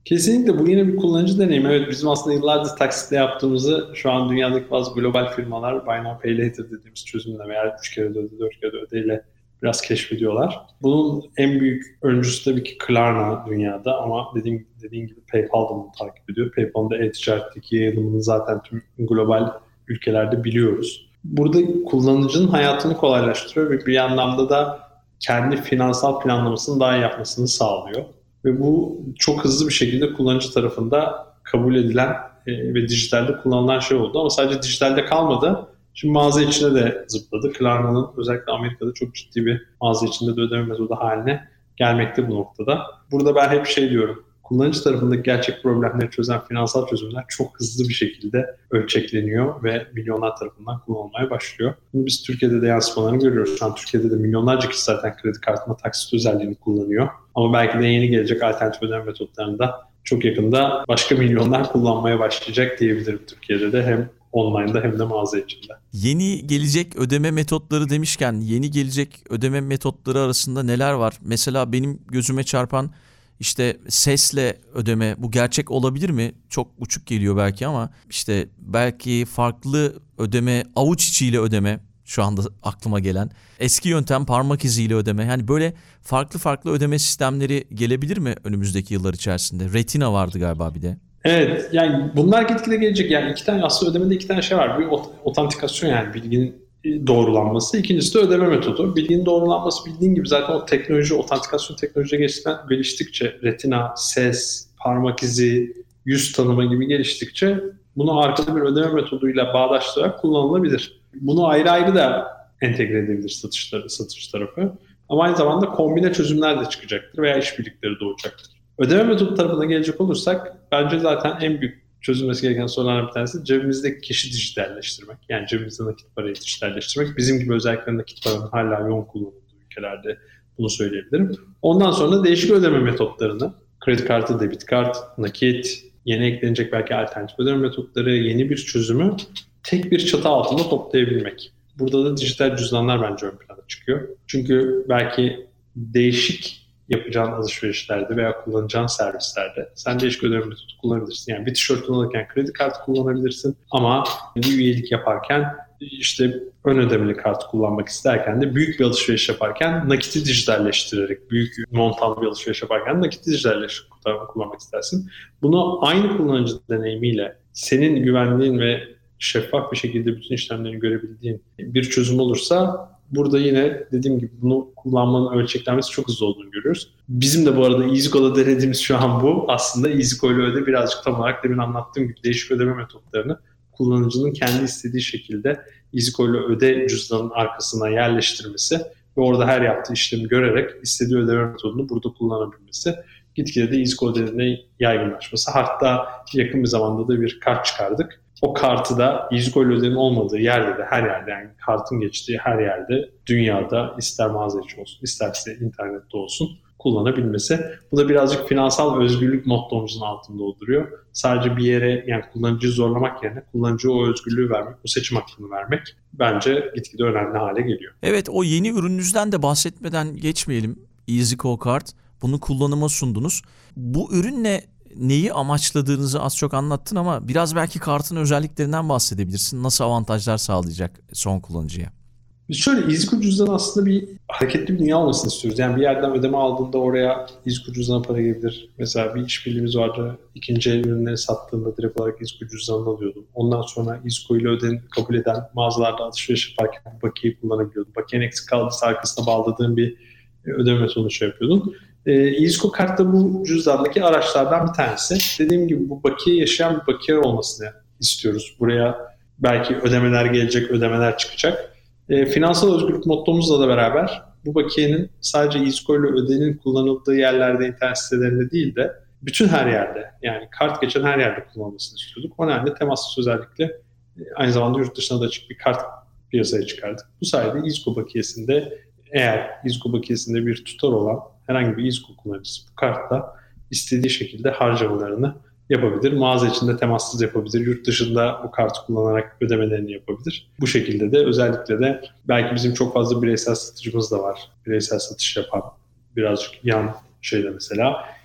[SPEAKER 2] Kesinlikle bu yine bir kullanıcı deneyimi. Evet, bizim aslında yıllardır taksitle yaptığımızı şu an dünyadaki bazı global firmalar Buy Now Pay Later dediğimiz çözümle veya üç kere de öde, dört kere de ödeyle biraz keşfediyorlar. Bunun en büyük öncüsü tabii ki Klarna dünyada ama dediğim, dediğim gibi PayPal da bunu takip ediyor. PayPal'ın da e-ticaretteki yayılımını zaten tüm global ülkelerde biliyoruz. Burada kullanıcının hayatını kolaylaştırıyor ve bir anlamda da kendi finansal planlamasını daha iyi yapmasını sağlıyor. Ve bu çok hızlı bir şekilde kullanıcı tarafında kabul edilen e, ve dijitalde kullanılan şey oldu. Ama sadece dijitalde kalmadı. Şimdi mağaza içine de zıpladı. Klarna'nın özellikle Amerika'da çok ciddi bir mağaza içinde de ödeme metodu haline gelmekte bu noktada. Burada ben hep şey diyorum. Kullanıcı tarafındaki gerçek problemleri çözen finansal çözümler çok hızlı bir şekilde ölçekleniyor ve milyonlar tarafından kullanılmaya başlıyor. Bunu biz Türkiye'de de yansımalarını görüyoruz. Şu an Türkiye'de de milyonlarca kişi zaten kredi kartına taksit özelliğini kullanıyor. Ama belki de yeni gelecek alternatif ödeme metotlarında çok yakında başka milyonlar kullanmaya başlayacak diyebilirim Türkiye'de de hem online'da hem de mağaza içinde.
[SPEAKER 1] Yeni gelecek ödeme metotları demişken yeni gelecek ödeme metotları arasında neler var? Mesela benim gözüme çarpan İşte sesle ödeme, bu gerçek olabilir mi? Çok uçuk geliyor belki ama işte belki farklı ödeme, avuç içiyle ödeme şu anda aklıma gelen. Eski yöntem parmak iziyle ödeme. Yani böyle farklı farklı ödeme sistemleri gelebilir mi önümüzdeki yıllar içerisinde? Retina vardı galiba bir de.
[SPEAKER 2] Evet, yani bunlar gitgide gelecek. Yani iki tane aslında ödemede iki tane şey var. Bir otantikasyon, yani bilginin doğrulanması. İkincisi de ödeme metodu. Bilginin doğrulanması, bildiğin gibi zaten o teknoloji, otantikasyon teknoloji geliştikçe retina, ses, parmak izi, yüz tanıma gibi geliştikçe bunu arkada bir ödeme metoduyla bağdaştırarak kullanılabilir. Bunu ayrı ayrı da entegre edebilir satışları, satış tarafı. Ama aynı zamanda kombine çözümler de çıkacaktır veya işbirlikleri doğacaktır. Ödeme metodu tarafına gelecek olursak bence zaten en büyük çözülmesi gereken sorunlardan bir tanesi cebimizdeki keşi dijitalleştirmek. Yani cebimizde nakit parayı dijitalleştirmek. Bizim gibi özellikle nakit paranın hala yoğun kullanıldığı ülkelerde bunu söyleyebilirim. Ondan sonra değişik ödeme metotlarını, kredi kartı, debit kart, nakit, yeni eklenecek belki alternatif ödeme metotları, yeni bir çözümü tek bir çatı altında toplayabilmek. Burada da dijital cüzdanlar bence ön plana çıkıyor. Çünkü belki değişik yapacağın alışverişlerde veya kullanacağın servislerde sen değişik ödeme metodu kullanabilirsin. Yani bir tişörtünü alırken kredi kartı kullanabilirsin ama bir üyelik yaparken işte ön ödemeli kartı kullanmak isterken de büyük bir alışveriş yaparken nakiti dijitalleştirerek, büyük montanlı bir alışveriş yaparken nakiti dijitalleştirerek kullanmak istersin. Bunu aynı kullanıcı deneyimiyle senin güvendiğin ve şeffaf bir şekilde bütün işlemlerini görebildiğin bir çözüm olursa burada yine dediğim gibi bunu kullanmanın ölçeklenmesi çok hızlı olduğunu görüyoruz. Bizim de bu arada EasyGo'da denediğimiz şu an bu. Aslında EasyGo ile öde birazcık tam olarak demin anlattığım gibi değişik ödeme metotlarını kullanıcının kendi istediği şekilde EasyGo ile öde cüzdanın arkasına yerleştirmesi ve orada her yaptığı işlemi görerek istediği ödeme metodunu burada kullanabilmesi. Gitgide de EasyGo ödemine yaygınlaşması. Hatta yakın bir zamanda da bir kart çıkardık. O kartı da EasyGo ile ödemenin olmadığı yerde de her yerde, yani kartın geçtiği her yerde dünyada ister mağaza içi olsun isterse internette olsun kullanabilmesi. Bu da birazcık finansal özgürlük mottomuzun altında dolduruyor. Sadece bir yere, yani kullanıcıyı zorlamak yerine kullanıcıya o özgürlüğü vermek, o seçim hakkını vermek bence gitgide önemli hale geliyor.
[SPEAKER 1] Evet, o yeni ürününüzden de bahsetmeden geçmeyelim. EasyGo Kart, bunu kullanıma sundunuz. Bu ürünle neyi amaçladığınızı az çok anlattın ama biraz belki kartın özelliklerinden bahsedebilirsin. Nasıl avantajlar sağlayacak son kullanıcıya?
[SPEAKER 2] Biz şöyle EasyGo cüzdanı aslında bir hareketli bir dünya olmasını istiyoruz. Yani bir yerden ödeme aldığında oraya EasyGo cüzdanına para gelebilir. Mesela bir işbirliğimiz vardı. İkinci el ürünleri sattığında direkt olarak EasyGo cüzdanını alıyordum. Ondan sonra EasyGo ile ödeni kabul eden mağazalarda alışveriş yaparken bakiyeyi kullanabiliyordum. Bakiyenin eksik kaldıysa arkasına bağladığım bir ödeme metodunu şey yapıyordum. E, EasyGo Kart da bu cüzdandaki araçlardan bir tanesi. Dediğim gibi bu bakiye yaşayan bir bakiye olmasını istiyoruz. Buraya belki ödemeler gelecek, ödemeler çıkacak. E, finansal özgürlük mottomuzla da beraber bu bakiyenin sadece EasyGo ile ödenin kullanıldığı yerlerde, internet sitelerinde değil de bütün her yerde, yani kart geçen her yerde kullanılmasını istiyorduk. O nedenle temassız özellikle e, aynı zamanda yurt dışına da açık bir kart piyasaya çıkardık. Bu sayede EasyGo bakiyesinde, eğer EasyGo bakiyesinde bir tutar olan herhangi bir EasyGo kullanıcısı bu kartla istediği şekilde harcamalarını yapabilir. Mağaza içinde temassız yapabilir. Yurt dışında bu kartı kullanarak ödemelerini yapabilir. Bu şekilde de özellikle de belki bizim çok fazla bireysel satıcımız da var. Bireysel satış yapan birazcık yan şeyde mesela.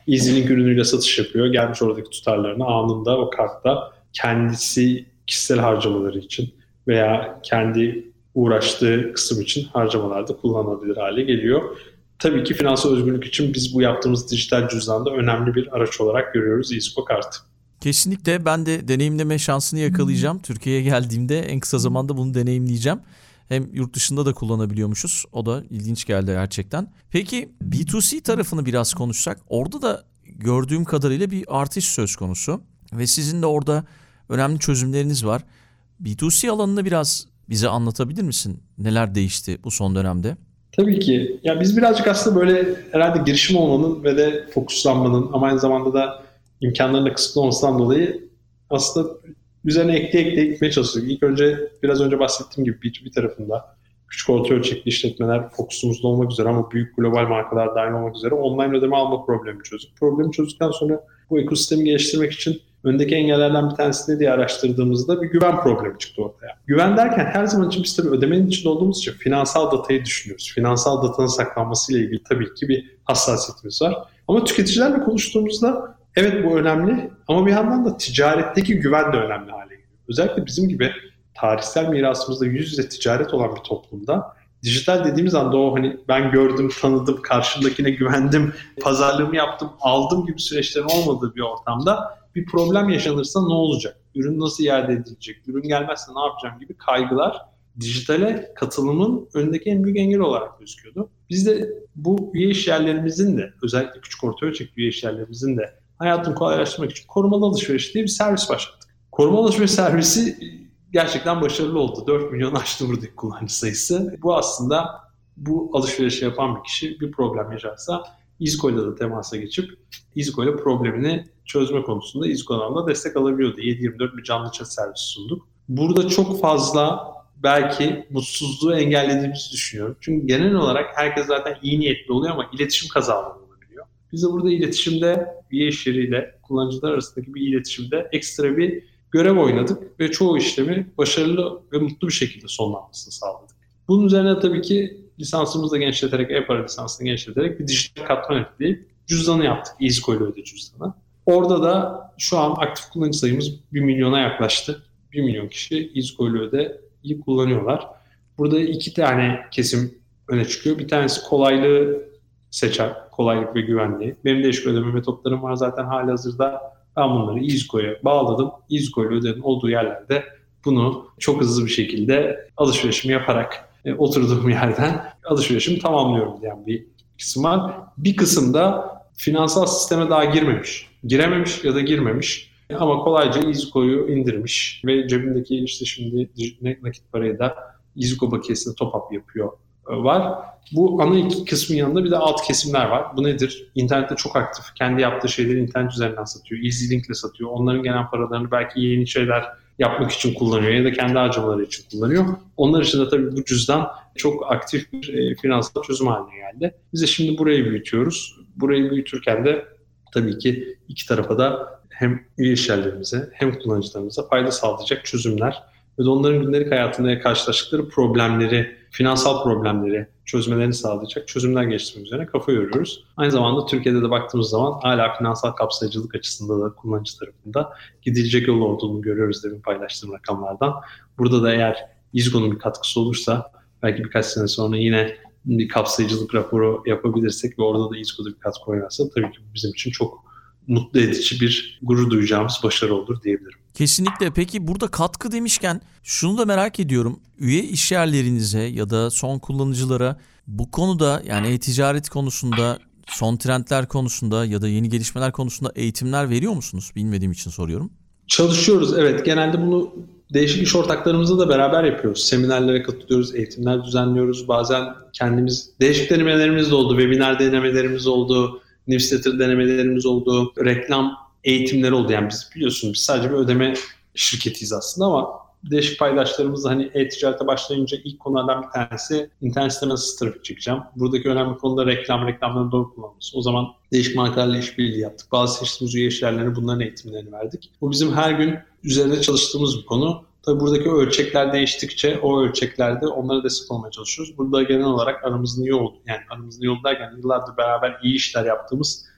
[SPEAKER 2] EasyLink ürünüyle satış yapıyor. Gelmiş oradaki tutarlarını anında o kartta kendisi kişisel harcamaları için veya kendi uğraştığı kısım için harcamalarda kullanılabilir hale geliyor. Tabii ki finansal özgürlük için biz bu yaptığımız dijital cüzdanda önemli bir araç olarak görüyoruz EasyCo kartı.
[SPEAKER 1] Kesinlikle ben de deneyimleme şansını yakalayacağım. Türkiye'ye geldiğimde en kısa zamanda bunu deneyimleyeceğim. Hem yurt dışında da kullanabiliyormuşuz. O da ilginç geldi gerçekten. Peki B iki C tarafını biraz konuşsak. Orada da gördüğüm kadarıyla bir artış söz konusu. Ve sizin de orada önemli çözümleriniz var. B iki C alanını biraz bize anlatabilir misin? Neler değişti bu son dönemde?
[SPEAKER 2] Tabii ki. Ya biz birazcık aslında böyle herhalde girişim olmanın ve de fokuslanmanın ama aynı zamanda da imkanların da kısıtlı olmasından dolayı aslında üzerine ekleye ekleye gitmeye çalışıyoruz. İlk önce biraz önce bahsettiğim gibi B iki B tarafında küçük orta ölçekli işletmeler fokusumuzda olmak üzere ama büyük global markalar dahil olmak üzere online ödeme alma problemi çözdük. Problemi çözdükten sonra bu ekosistemi geliştirmek için öndeki engellerden bir tanesi ne diye araştırdığımızda bir güven problemi çıktı ortaya. Güven derken her zaman için biz tabii ödemenin içinde olduğumuz için finansal datayı düşünüyoruz. Finansal datanın saklanmasıyla ilgili tabii ki bir hassasiyetimiz var. Ama tüketicilerle konuştuğumuzda evet bu önemli ama bir yandan da ticaretteki güven de önemli hale geliyor. Özellikle bizim gibi tarihsel mirasımızda yüz yüze ticaret olan bir toplumda dijital dediğimiz anda o hani ben gördüm, tanıdım, karşımdakine güvendim, pazarlığımı yaptım, aldım gibi süreçlerin olmadığı bir ortamda bir problem yaşanırsa ne olacak? Ürün nasıl iade edilecek? Ürün gelmezse ne yapacağım gibi kaygılar dijitale katılımın önündeki en büyük engel olarak gözüküyordu. Biz de bu üye işyerlerimizin de özellikle küçük orta ölçekli üye işyerlerimizin de hayatını kolaylaştırmak için korumalı alışveriş diye bir servis başlattık. Korumalı alışveriş servisi gerçekten başarılı oldu. dört milyon aştı buradaki kullanıcı sayısı. Bu aslında bu alışverişi yapan bir kişi bir problem yaşarsa EasyCo ile de temasa geçip EasyCo ile problemini çözme konusunda EasyCo'dan da destek alabiliyordu. yedi yirmi dört bir canlı chat servisi sunduk. Burada çok fazla belki mutsuzluğu engellediğimizi düşünüyorum. Çünkü genel olarak herkes zaten iyi niyetli oluyor ama iletişim kazaları olabiliyor. Biz de burada iletişimde üye işleriyle kullanıcılar arasındaki bir iletişimde ekstra bir görev oynadık ve çoğu işlemi başarılı ve mutlu bir şekilde sonlanmasını sağladık. Bunun üzerine tabii ki lisansımızı da genişleterek, e-para lisansını genişleterek bir dijital katman ekleyip cüzdanı yaptık. EasyCo ile öde cüzdanı. Orada da şu an aktif kullanıcı sayımız bir milyona yaklaştı. bir milyon kişi EasyCo ile ödeyi kullanıyorlar. Burada iki tane kesim öne çıkıyor. Bir tanesi kolaylığı seçer, kolaylık ve güvenliği. Benim değişik ödeme metotlarım var zaten halihazırda. Ben bunları EasyCo'ya bağladım. EasyCo ile ödenin olduğu yerlerde bunu çok hızlı bir şekilde alışverişimi yaparak e, oturduğum yerden alışverişimi tamamlıyorum diyen bir kısım var. Bir kısım da finansal sisteme daha girmemiş. Girememiş ya da girmemiş. Ama kolayca EasyCo'yu indirmiş ve cebindeki işte şimdi nakit parayı da EasyCo bakiyesine top up yapıyor var. Bu ana iki kısmın yanında bir de alt kesimler var. Bu nedir? İnternette çok aktif. Kendi yaptığı şeyleri internet üzerinden satıyor. EasyLink ile satıyor. Onların gelen paralarını belki yeni şeyler yapmak için kullanıyor ya da kendi harcamaları için kullanıyor. Onlar için de tabii bu cüzdan çok aktif bir e, finansal çözüm haline geldi. Biz de şimdi burayı büyütüyoruz. Burayı büyütürken de tabii ki iki tarafa da hem üye işyerlerimize hem kullanıcılarımıza fayda sağlayacak çözümler ve de onların gündelik hayatında karşılaştıkları problemleri, finansal problemleri çözmelerini sağlayacak çözümler geliştirmek üzerine kafa yoruyoruz. Aynı zamanda Türkiye'de de baktığımız zaman hala finansal kapsayıcılık açısından da kullanıcı tarafında gidilecek yol olduğunu görüyoruz demin paylaştığım rakamlardan. Burada da eğer EasyCo'nun bir katkısı olursa belki birkaç sene sonra yine bir kapsayıcılık raporu yapabilirsek ve orada da EasyCo'da bir katkı oynarsa tabii ki bizim için çok mutlu edici bir gurur duyacağımız başarı olur diyebilirim.
[SPEAKER 1] Kesinlikle. Peki burada katkı demişken şunu da merak ediyorum. Üye işyerlerinize ya da son kullanıcılara bu konuda yani e-ticaret konusunda, son trendler konusunda ya da yeni gelişmeler konusunda eğitimler veriyor musunuz? Bilmediğim için soruyorum.
[SPEAKER 2] Çalışıyoruz evet. Genelde bunu değişik iş ortaklarımızla da beraber yapıyoruz. Seminerlere katılıyoruz, eğitimler düzenliyoruz. Bazen kendimiz değişik denemelerimiz de oldu. Webinar denemelerimiz oldu. Newsletter denemelerimiz oldu. Reklam eğitimleri oldu. Yani biz biliyorsunuz biz sadece bir ödeme şirketiyiz aslında ama değişik paydaşlarımızla hani e-ticarete başlayınca ilk konulardan bir tanesi internet sitesine nasıl trafik çekeceğim. Buradaki önemli konu da reklam, reklamların doğru kullanılması. O zaman değişik markalarla işbirliği yaptık. Bazı seçtiğimiz üye işlerlerine bunların eğitimlerini verdik. Bu bizim her gün üzerinde çalıştığımız bir konu. Tabii buradaki ölçekler değiştikçe o ölçeklerde onlara destek olmaya çalışıyoruz. Burada genel olarak aramızın iyi oldu. Yani aramızın iyi oldu derken yıllardır beraber iyi işler yaptığımız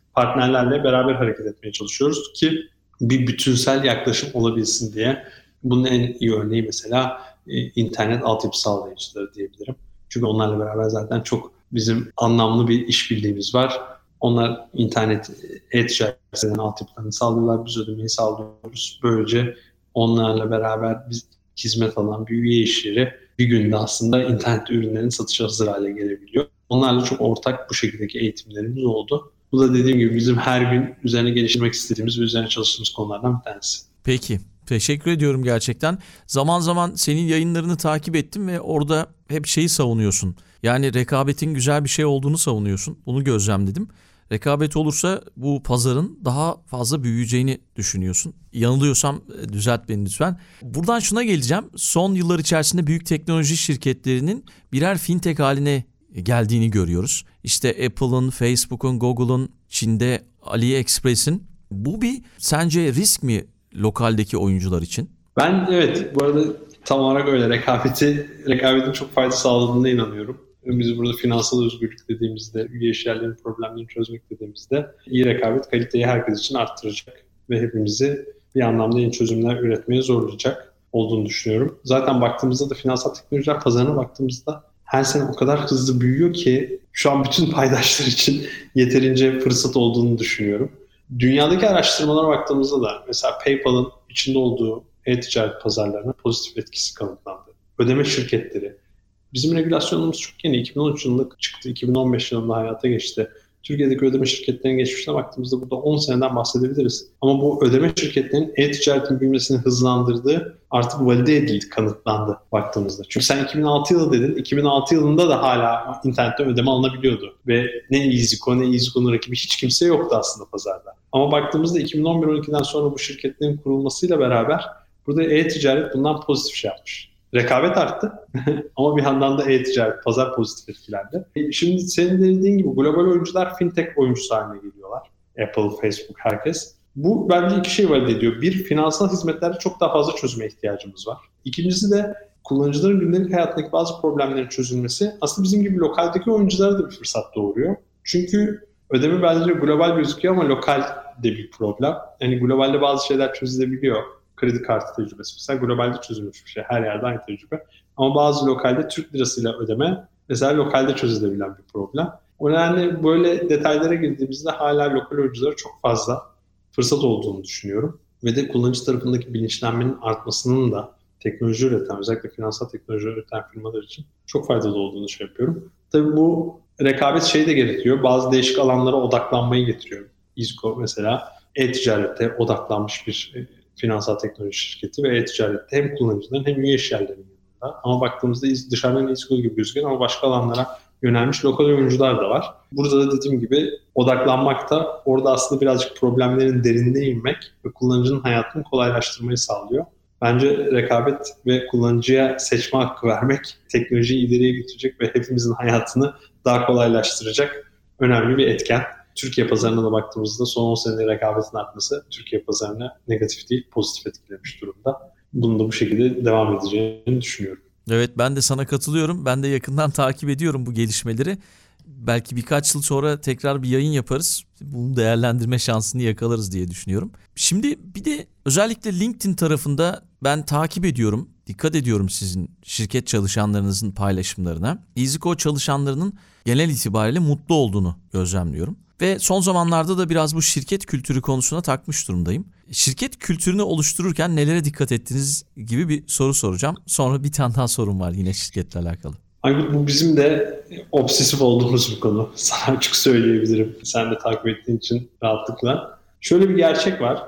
[SPEAKER 2] partnerlerle beraber hareket etmeye çalışıyoruz ki bir bütünsel yaklaşım olabilsin diye. Bunun en iyi örneği mesela e, internet altyapı sağlayıcıları diyebilirim. Çünkü onlarla beraber zaten çok bizim anlamlı bir işbirliğimiz var. Onlar internet, e-ticaretin altyapılarını sağlıyorlar, biz ödemeyi sağlıyoruz. Böylece onlarla beraber biz hizmet alan bir üye iş yeri bir günde aslında internet ürünlerinin satışa hazır hale gelebiliyor. Onlarla çok ortak bu şekildeki eğitimlerimiz oldu. Bu da dediğim gibi bizim her gün üzerine geliştirmek istediğimiz ve üzerine çalıştığımız konulardan bir tanesi.
[SPEAKER 1] Peki, teşekkür ediyorum gerçekten. Zaman zaman senin yayınlarını takip ettim ve orada hep şeyi savunuyorsun. Yani rekabetin güzel bir şey olduğunu savunuyorsun. Bunu gözlemledim. Rekabet olursa bu pazarın daha fazla büyüyeceğini düşünüyorsun. Yanılıyorsam düzelt beni lütfen. Buradan şuna geleceğim. Son yıllar içerisinde büyük teknoloji şirketlerinin birer fintech haline geldiğini görüyoruz. İşte Apple'ın, Facebook'un, Google'un, Çin'de AliExpress'in. Bu bir sence risk mi lokaldeki oyuncular için?
[SPEAKER 2] Ben evet bu arada tam olarak öyle rekabeti, rekabetin çok fayda sağladığına inanıyorum. Biz burada finansal özgürlük dediğimizde, üye işyerlerin problemlerini çözmek dediğimizde iyi rekabet kaliteyi herkes için arttıracak ve hepimizi bir anlamda yeni çözümler üretmeye zorlayacak olduğunu düşünüyorum. Zaten baktığımızda da finansal teknolojiler pazarına baktığımızda her sene o kadar hızlı büyüyor ki şu an bütün paydaşlar için yeterince fırsat olduğunu düşünüyorum. Dünyadaki araştırmalara baktığımızda da mesela PayPal'ın içinde olduğu e-ticaret pazarlarına pozitif etkisi kanıtlandı. Ödeme şirketleri. Bizim regülasyonumuz çok yeni. iki bin on üç yılında çıktı, iki bin on beş yılında hayata geçti. Türkiye'deki ödeme şirketlerinin geçmişine baktığımızda burada on seneden bahsedebiliriz. Ama bu ödeme şirketlerinin e-ticaretin büyümesini hızlandırdığı artık valide edildi, kanıtlandı baktığımızda. Çünkü sen iki bin altı yılı dedin, iki bin altı yılında da hala internetten ödeme alınabiliyordu. Ve ne EasyCo ne EasyCo'nun rakibi hiç kimse yoktu aslında pazarda. Ama baktığımızda iki bin on bir on ikiden sonra bu şirketlerin kurulmasıyla beraber burada e-ticaret bundan pozitif şey yapmış. Rekabet arttı ama bir yandan da e-ticaret, pazar pozitif etkilendi. Şimdi senin dediğin gibi global oyuncular fintech oyuncusu haline geliyorlar. Apple, Facebook, herkes. Bu bence iki şey vaat ediyor. Bir, finansal hizmetlerde çok daha fazla çözüme ihtiyacımız var. İkincisi de kullanıcıların gündelik hayatındaki bazı problemlerin çözülmesi aslında bizim gibi lokaldeki oyunculara da bir fırsat doğuruyor. Çünkü ödeme bence global gözüküyor ama lokal de bir problem. Yani globalde bazı şeyler çözülebiliyor. Kredi kartı tecrübesi mesela globalde çözülmüş bir şey. Her yerde aynı tecrübe. Ama bazı lokalde Türk lirasıyla ödeme mesela lokalde çözülebilen bir problem. O nedenle böyle detaylara girdiğimizde hala lokal oyunculara çok fazla fırsat olduğunu düşünüyorum. Ve de kullanıcı tarafındaki bilinçlenmenin artmasının da teknoloji üreten, özellikle finansal teknoloji üreten firmalar için çok faydalı olduğunu şey yapıyorum. Tabii bu rekabet şeyi de getiriyor. Bazı değişik alanlara odaklanmayı getiriyor. EasyCo mesela e-ticarete odaklanmış bir finansal teknoloji şirketi ve e-ticarette hem kullanıcıların hem üye işyerlerinin yanında. Ama baktığımızda dışarıdan EasyCo gibi gözüken ama başka alanlara yönelmiş lokal oyuncular da var. Burada da dediğim gibi odaklanmak da orada aslında birazcık problemlerin derinine inmek ve kullanıcının hayatını kolaylaştırmayı sağlıyor. Bence rekabet ve kullanıcıya seçme hakkı vermek teknolojiyi ileriye götürecek ve hepimizin hayatını daha kolaylaştıracak önemli bir etken. Türkiye pazarına da baktığımızda son on senede rekabetin artması Türkiye pazarına negatif değil pozitif etkilemiş durumda. Bunun da bu şekilde devam edeceğini düşünüyorum.
[SPEAKER 1] Evet, ben de sana katılıyorum. Ben de yakından takip ediyorum bu gelişmeleri. Belki birkaç yıl sonra tekrar bir yayın yaparız. Bunu değerlendirme şansını yakalarız diye düşünüyorum. Şimdi bir de özellikle LinkedIn tarafında ben takip ediyorum. Dikkat ediyorum sizin şirket çalışanlarınızın paylaşımlarına. EasyCo çalışanlarının genel itibariyle mutlu olduğunu gözlemliyorum. Ve son zamanlarda da biraz bu şirket kültürü konusuna takmış durumdayım. Şirket kültürünü oluştururken nelere dikkat ettiniz gibi bir soru soracağım. Sonra bir tane daha sorum var yine şirketle alakalı.
[SPEAKER 2] Aykut, bu bizim de obsesif olduğumuz bir konu. Sana açık söyleyebilirim. Sen de takip ettiğin için rahatlıkla. Şöyle bir gerçek var.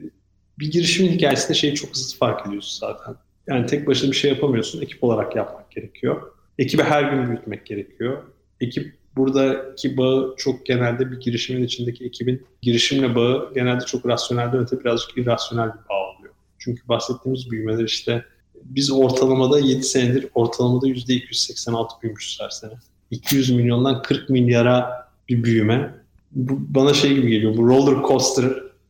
[SPEAKER 2] Bir girişimin hikayesinde şeyi çok hızlı fark ediyorsun zaten. Yani tek başına bir şey yapamıyorsun. Ekip olarak yapmak gerekiyor. Ekibi her gün büyütmek gerekiyor. Ekip buradaki bağı çok genelde bir girişimin içindeki ekibin girişimle bağı genelde çok rasyonelden öte birazcık irrasyonel bir bağ oluyor. Çünkü bahsettiğimiz büyümeler işte biz ortalamada yedi senedir ortalamada yüzde iki yüz seksen altı büyümüşüz her sene. iki yüz milyondan kırk milyara bir büyüme. Bu bana şey gibi geliyor. Bu roller coaster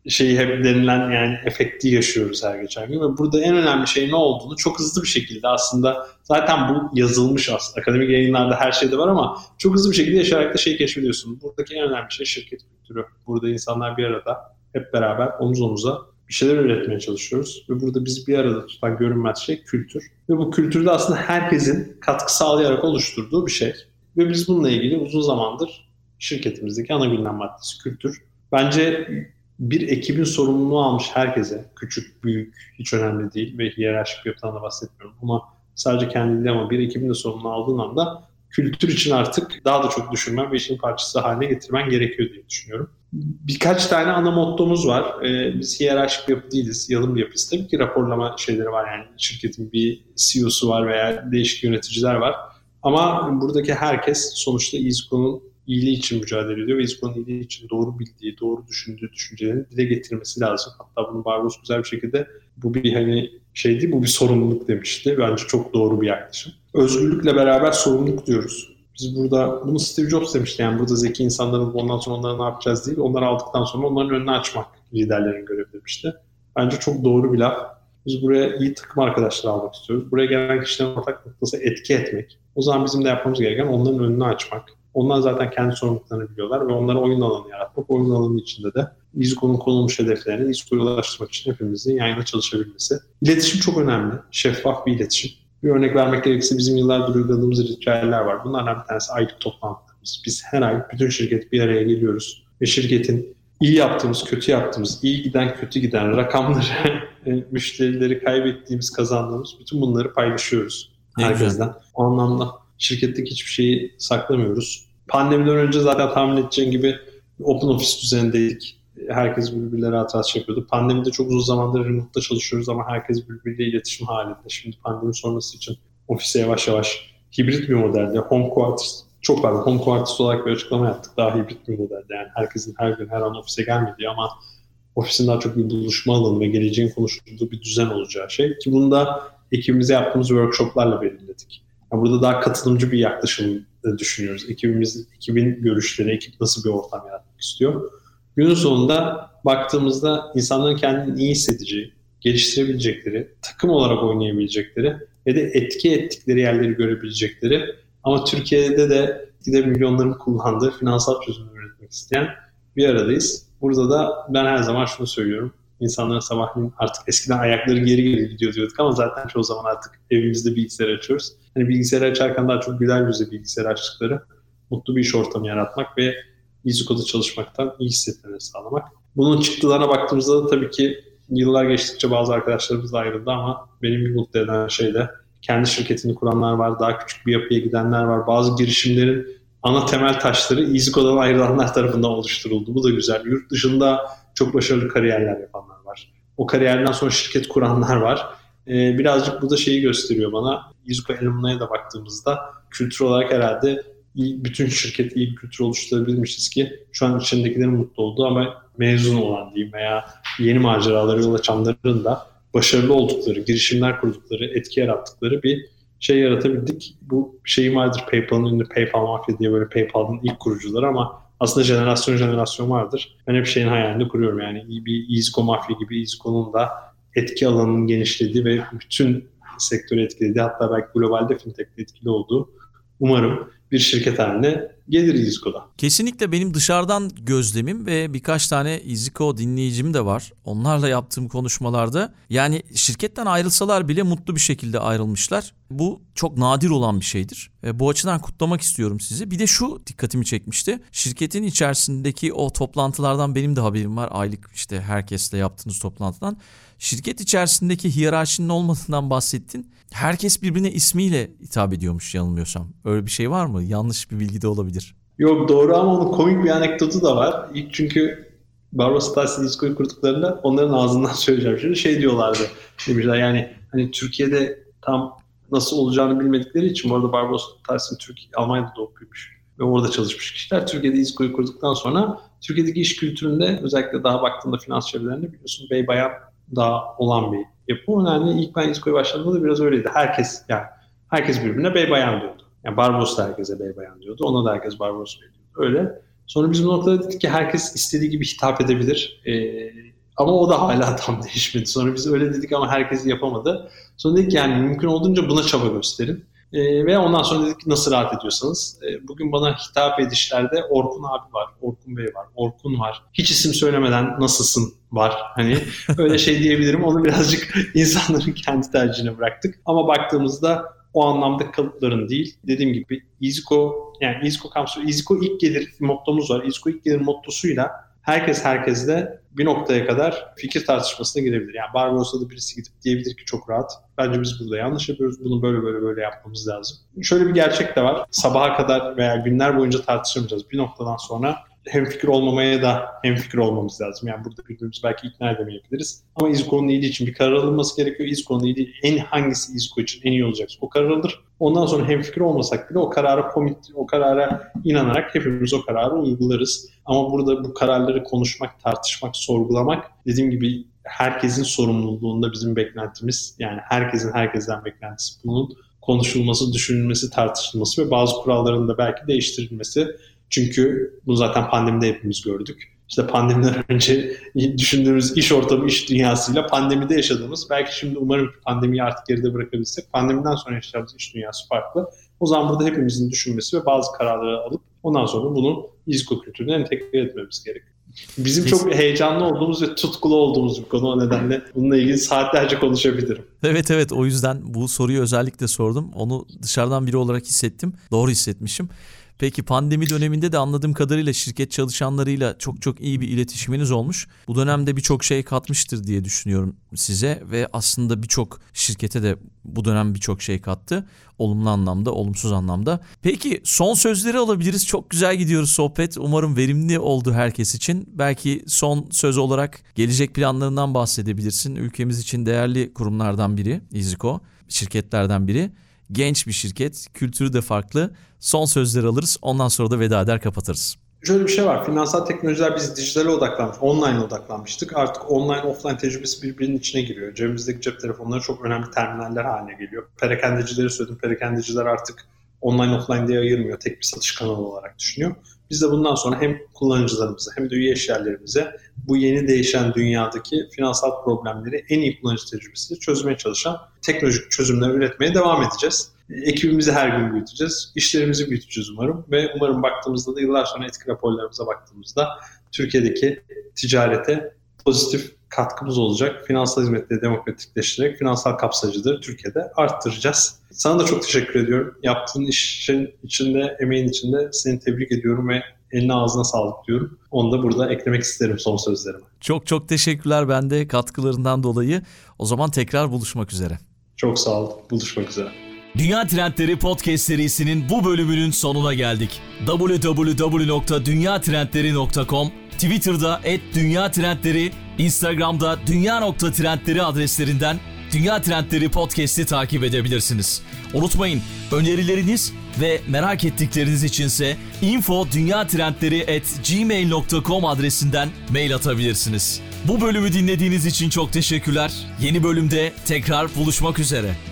[SPEAKER 2] şeyi hep denilen yani efekti yaşıyoruz her geçen gün ve burada en önemli şey ne olduğunu çok hızlı bir şekilde aslında zaten bu yazılmış aslında akademik yayınlarda her şeyde var ama çok hızlı bir şekilde yaşayarak da şey keşfediyorsun. Buradaki en önemli şey şirket kültürü. Burada insanlar bir arada hep beraber omuz omuza bir şeyler üretmeye çalışıyoruz ve burada bizi bir arada tutan görünmez şey kültür ve bu kültürde aslında herkesin katkı sağlayarak oluşturduğu bir şey ve biz bununla ilgili uzun zamandır şirketimizdeki ana gündem maddesi kültür. Bence bir ekibin sorumluluğu almış herkese, küçük, büyük, hiç önemli değil ve hiyerarşik bir yapıdan da bahsetmiyorum ama sadece kendi değil ama bir ekibin de sorumluluğu aldığın anda kültür için artık daha da çok düşünmen ve işin parçası haline getirmen gerekiyor diye düşünüyorum. Birkaç tane ana mottomuz var. Ee, biz hiyerarşik bir yapı değiliz, yalın bir yapıyız. Tabii ki raporlama şeyleri var yani şirketin bir C E O'su var veya değişik yöneticiler var. Ama buradaki herkes sonuçta EasyCo'nun iyiliği için mücadele ediyor ve EasyCo'nun iyiliği için doğru bildiği, doğru düşündüğü düşüncelerini dile getirmesi lazım. Hatta bunu Barbaros güzel bir şekilde bu bir hani şey değil, bu bir sorumluluk demişti. Bence çok doğru bir yaklaşım. Özgürlükle beraber sorumluluk diyoruz. Biz burada, bunu Steve Jobs demişti yani burada zeki insanların ondan sonra onlara ne yapacağız değil, onları aldıktan sonra onların önünü açmak liderlerin görevi demişti. Bence çok doğru bir laf. Biz buraya iyi takım arkadaşlar almak istiyoruz. Buraya gelen kişilerin ortak noktası etki etmek. O zaman bizim de yapmamız gereken onların önünü açmak. Onlar zaten kendi sorumluluklarını biliyorlar ve onlara oyun alanı yaratmak. Oyun alanı içinde de EasyCo'nun konulmuş hedeflerini EasyCo'ya ulaştırmak için hepimizin yan yana çalışabilmesi. İletişim çok önemli. Şeffaf bir iletişim. Bir örnek vermek gerekirse bizim yıllardır uyguladığımız ritüeller var. Bunlardan bir tanesi aylık toplantılarımız. Biz her ay bütün şirket bir araya geliyoruz ve şirketin iyi yaptığımız, kötü yaptığımız, iyi giden, kötü giden rakamları, müşterileri kaybettiğimiz, kazandığımız bütün bunları paylaşıyoruz herkesten. O anlamda şirketteki hiçbir şeyi saklamıyoruz. Pandemiden önce zaten tahmin edeceğin gibi open office düzenindeydik. Herkes birbirleriyle rahat rahat şey yapıyordu. Pandemide çok uzun zamandır remote'da çalışıyoruz ama herkes birbiriyle iletişim halinde. Şimdi pandemi sonrası için ofise yavaş yavaş hibrit bir modelde, home quarters, çok pardon, home quarters olarak bir açıklama yaptık. Daha hibrit bir modelde yani herkesin her gün her an ofise gelmediği ama ofisin daha çok bir buluşma alanı ve geleceğin konuşulduğu bir düzen olacağı şey. Ki bunu da ekibimize yaptığımız workshoplarla belirledik. Yani burada daha katılımcı bir yaklaşım düşünüyoruz. Ekibimiz, ekibin görüşleri, ekip nasıl bir ortam yaratmak istiyor. Günün sonunda baktığımızda insanların kendini iyi hissedeceği, geliştirebilecekleri, takım olarak oynayabilecekleri ve de etki ettikleri yerleri görebilecekleri ama Türkiye'de de de milyonların kullandığı finansal çözümler üretmek isteyen bir aradayız. Burada da ben her zaman şunu söylüyorum. İnsanların sabahleyin artık eskiden ayakları geri geri gidiyor diyorduk ama zaten çoğu zaman artık evimizde bilgisayar açıyoruz. Hani bilgisayarı açarken daha çok güler yüzle bilgisayar açtıkları mutlu bir iş ortamı yaratmak ve EasyCo'da çalışmaktan iyi hissetmelerini sağlamak. Bunun çıktılarına baktığımızda da tabii ki yıllar geçtikçe bazı arkadaşlarımız da ayrıldı ama benim bir mutlu eden şey de kendi şirketini kuranlar var, daha küçük bir yapıya gidenler var. Bazı girişimlerin ana temel taşları EasyCo'dan ayrılanlar tarafından oluşturuldu. Bu da güzel. Yurt dışında çok başarılı kariyerler yapanlar var. O kariyerden sonra şirket kuranlar var. Ee, birazcık bu da şeyi gösteriyor bana. EasyCo alumni'ye da baktığımızda kültür olarak herhalde iyi, bütün şirket iyi bir kültür oluşturabilmişiz ki şu an içindekilerin mutlu olduğu ama mezun olan diyeyim veya yeni maceralara yol açanların da başarılı oldukları, girişimler kurdukları, etki yarattıkları bir şey yaratabildik. Bu şeyim vardır, PayPal'ın ünlü PayPal Mafya diye, böyle PayPal'ın ilk kurucuları ama aslında jenerasyon jenerasyon vardır. Ben hep şeyin hayalini kuruyorum yani bir EasyCo Mafya gibi EasyCo'nun da etki alanının genişlediği ve bütün sektörü etkilediği, hatta belki globalde fintech'te etkili olduğu umarım bir şirket haline gelir EasyCo'da.
[SPEAKER 1] Kesinlikle benim dışarıdan gözlemim ve birkaç tane EasyCo dinleyicim de var. Onlarla yaptığım konuşmalarda yani şirketten ayrılsalar bile mutlu bir şekilde ayrılmışlar. Bu çok nadir olan bir şeydir. E, bu açıdan kutlamak istiyorum sizi. Bir de şu dikkatimi çekmişti. Şirketin içerisindeki o toplantılardan benim de haberim var. Aylık işte herkesle yaptığınız toplantıdan. Şirket içerisindeki hiyerarşinin olmadığından bahsettin. Herkes birbirine ismiyle hitap ediyormuş yanılmıyorsam. Öyle bir şey var mı? Yanlış bir bilgi de olabilir.
[SPEAKER 2] Yok doğru ama onun komik bir anekdotu da var. İlk çünkü Barbaros Tarsi EasyCo'yu kurduklarında onların ağzından söyleyeceğim şimdi şey diyorlardı. Demişler yani hani Türkiye'de tam nasıl olacağını bilmedikleri için, bu arada Barbaros Tarsi Türkiye, Almanya'da doğup büyümüş ve orada çalışmış kişiler. Türkiye'de EasyCo'yu kurduktan sonra Türkiye'deki iş kültüründe özellikle daha baktığında finans çevrelerinde biliyorsun bey bayan daha olan bir yapı. O nedenle ilk ben EasyCo'ya başladığımda da biraz öyleydi. Herkes yani herkes birbirine bey bayan diyordu. Yani Barbaros da herkese bey bayan diyordu. Ona da herkes Barbaros bey diyordu. Öyle. Sonra biz bu noktada dedik ki herkes istediği gibi hitap edebilir. Ee, Ama o da hala tam değişmedi. Sonra biz öyle dedik ama herkes yapamadı. Sonra dedik yani mümkün olduğunca buna çaba gösterin. Ee, ve ondan sonra dedik nasıl rahat ediyorsanız. Ee, bugün bana hitap edişlerde Orkun abi var, Orkun Bey var, Orkun var. Hiç isim söylemeden nasılsın var. Hani öyle şey diyebilirim. Onu birazcık insanların kendi tercihine bıraktık. Ama baktığımızda o anlamda kalıpların değil. Dediğim gibi EasyCo, yani EasyCo Campus, EasyCo ilk gelir mottomuz var. EasyCo ilk gelir mottosuyla herkes herkesle bir noktaya kadar fikir tartışmasına girebilir. Yani Barbaros'ta da birisi gidip diyebilir ki çok rahat. Bence biz burada yanlış yapıyoruz. Bunu böyle böyle böyle yapmamız lazım. Şöyle bir gerçek de var. Sabaha kadar veya günler boyunca tartışamayacağız. Bir noktadan sonra hemfikir olmamaya da hemfikir olmamız lazım. Yani burada birbirimizi belki ikna edemeyebiliriz. Ama EasyCo'nun iyiliği için bir karar alınması gerekiyor. EasyCo'nun iyiliği en hangisi EasyCo için en iyi olacaksa o karar alır. Ondan sonra hemfikir olmasak bile o karara komit, o karara inanarak hepimiz o kararı uygularız. Ama burada bu kararları konuşmak, tartışmak, sorgulamak dediğim gibi herkesin sorumluluğunda bizim beklentimiz. Yani herkesin herkesten beklentisi bunun konuşulması, düşünülmesi, tartışılması ve bazı kuralların da belki değiştirilmesi. Çünkü bunu zaten pandemide hepimiz gördük. İşte pandemiden önce düşündüğümüz iş ortamı, iş dünyasıyla pandemide yaşadığımız, belki şimdi umarım pandemiyi artık geride bırakabilsek, pandemiden sonra yaşadığımız iş dünyası farklı. O zaman burada hepimizin düşünmesi ve bazı kararları alıp ondan sonra bunu EasyCo kültürüne entegre etmemiz gerekiyor. Bizim çok heyecanlı olduğumuz ve tutkulu olduğumuz bir konu, o nedenle bununla ilgili saatlerce konuşabilirim.
[SPEAKER 1] Evet evet, o yüzden bu soruyu özellikle sordum. Onu dışarıdan biri olarak hissettim. Doğru hissetmişim. Peki pandemi döneminde de anladığım kadarıyla şirket çalışanlarıyla çok çok iyi bir iletişiminiz olmuş. Bu dönemde birçok şey katmıştır diye düşünüyorum size ve aslında birçok şirkete de bu dönem birçok şey kattı. Olumlu anlamda, olumsuz anlamda. Peki son sözleri alabiliriz. Çok güzel gidiyoruz sohbet. Umarım verimli oldu herkes için. Belki son söz olarak gelecek planlarından bahsedebilirsin. Ülkemiz için değerli kurumlardan biri EasyCo, şirketlerden biri. Genç bir şirket, kültürü de farklı. Son sözleri alırız, ondan sonra da veda eder kapatırız.
[SPEAKER 2] Şöyle bir şey var, finansal teknolojiler biz dijitale odaklanmış, online odaklanmıştık. Artık online offline tecrübesi birbirinin içine giriyor. Cebimizdeki cep telefonları çok önemli terminaller haline geliyor. Perakendecileri söyledim, perakendeciler artık online offline diye ayırmıyor, tek bir satış kanalı olarak düşünüyor. Biz de bundan sonra hem kullanıcılarımıza hem de üye işyerlerimize bu yeni değişen dünyadaki finansal problemleri en iyi kullanıcı tecrübesiyle çözmeye çalışan teknolojik çözümler üretmeye devam edeceğiz. Ekibimizi her gün büyüteceğiz, işlerimizi büyüteceğiz umarım ve umarım baktığımızda da yıllar sonra etki raporlarımıza baktığımızda Türkiye'deki ticarete pozitif katkımız olacak. Finansal hizmetleri demokratikleştirerek finansal kapsayıcılığı Türkiye'de arttıracağız. Sana da çok teşekkür ediyorum. Yaptığın işin içinde, emeğin içinde seni tebrik ediyorum ve eline ağzına sağlık diyorum. Onu da burada eklemek isterim son sözlerime.
[SPEAKER 1] Çok çok teşekkürler ben de katkılarından dolayı. O zaman tekrar buluşmak üzere.
[SPEAKER 2] Çok sağ ol. Buluşmak üzere.
[SPEAKER 1] Dünya Trendleri Podcast serisinin bu bölümünün sonuna geldik. double-u double-u double-u nokta dünya trendleri nokta com, Twitter'da et dünya trendleri, Instagram'da dünya nokta trendleri adreslerinden Dünya Trendleri Podcast'i takip edebilirsiniz. Unutmayın, önerileriniz ve merak ettikleriniz içinse info dünya trendleri at gmail nokta com adresinden mail atabilirsiniz. Bu bölümü dinlediğiniz için çok teşekkürler. Yeni bölümde tekrar buluşmak üzere.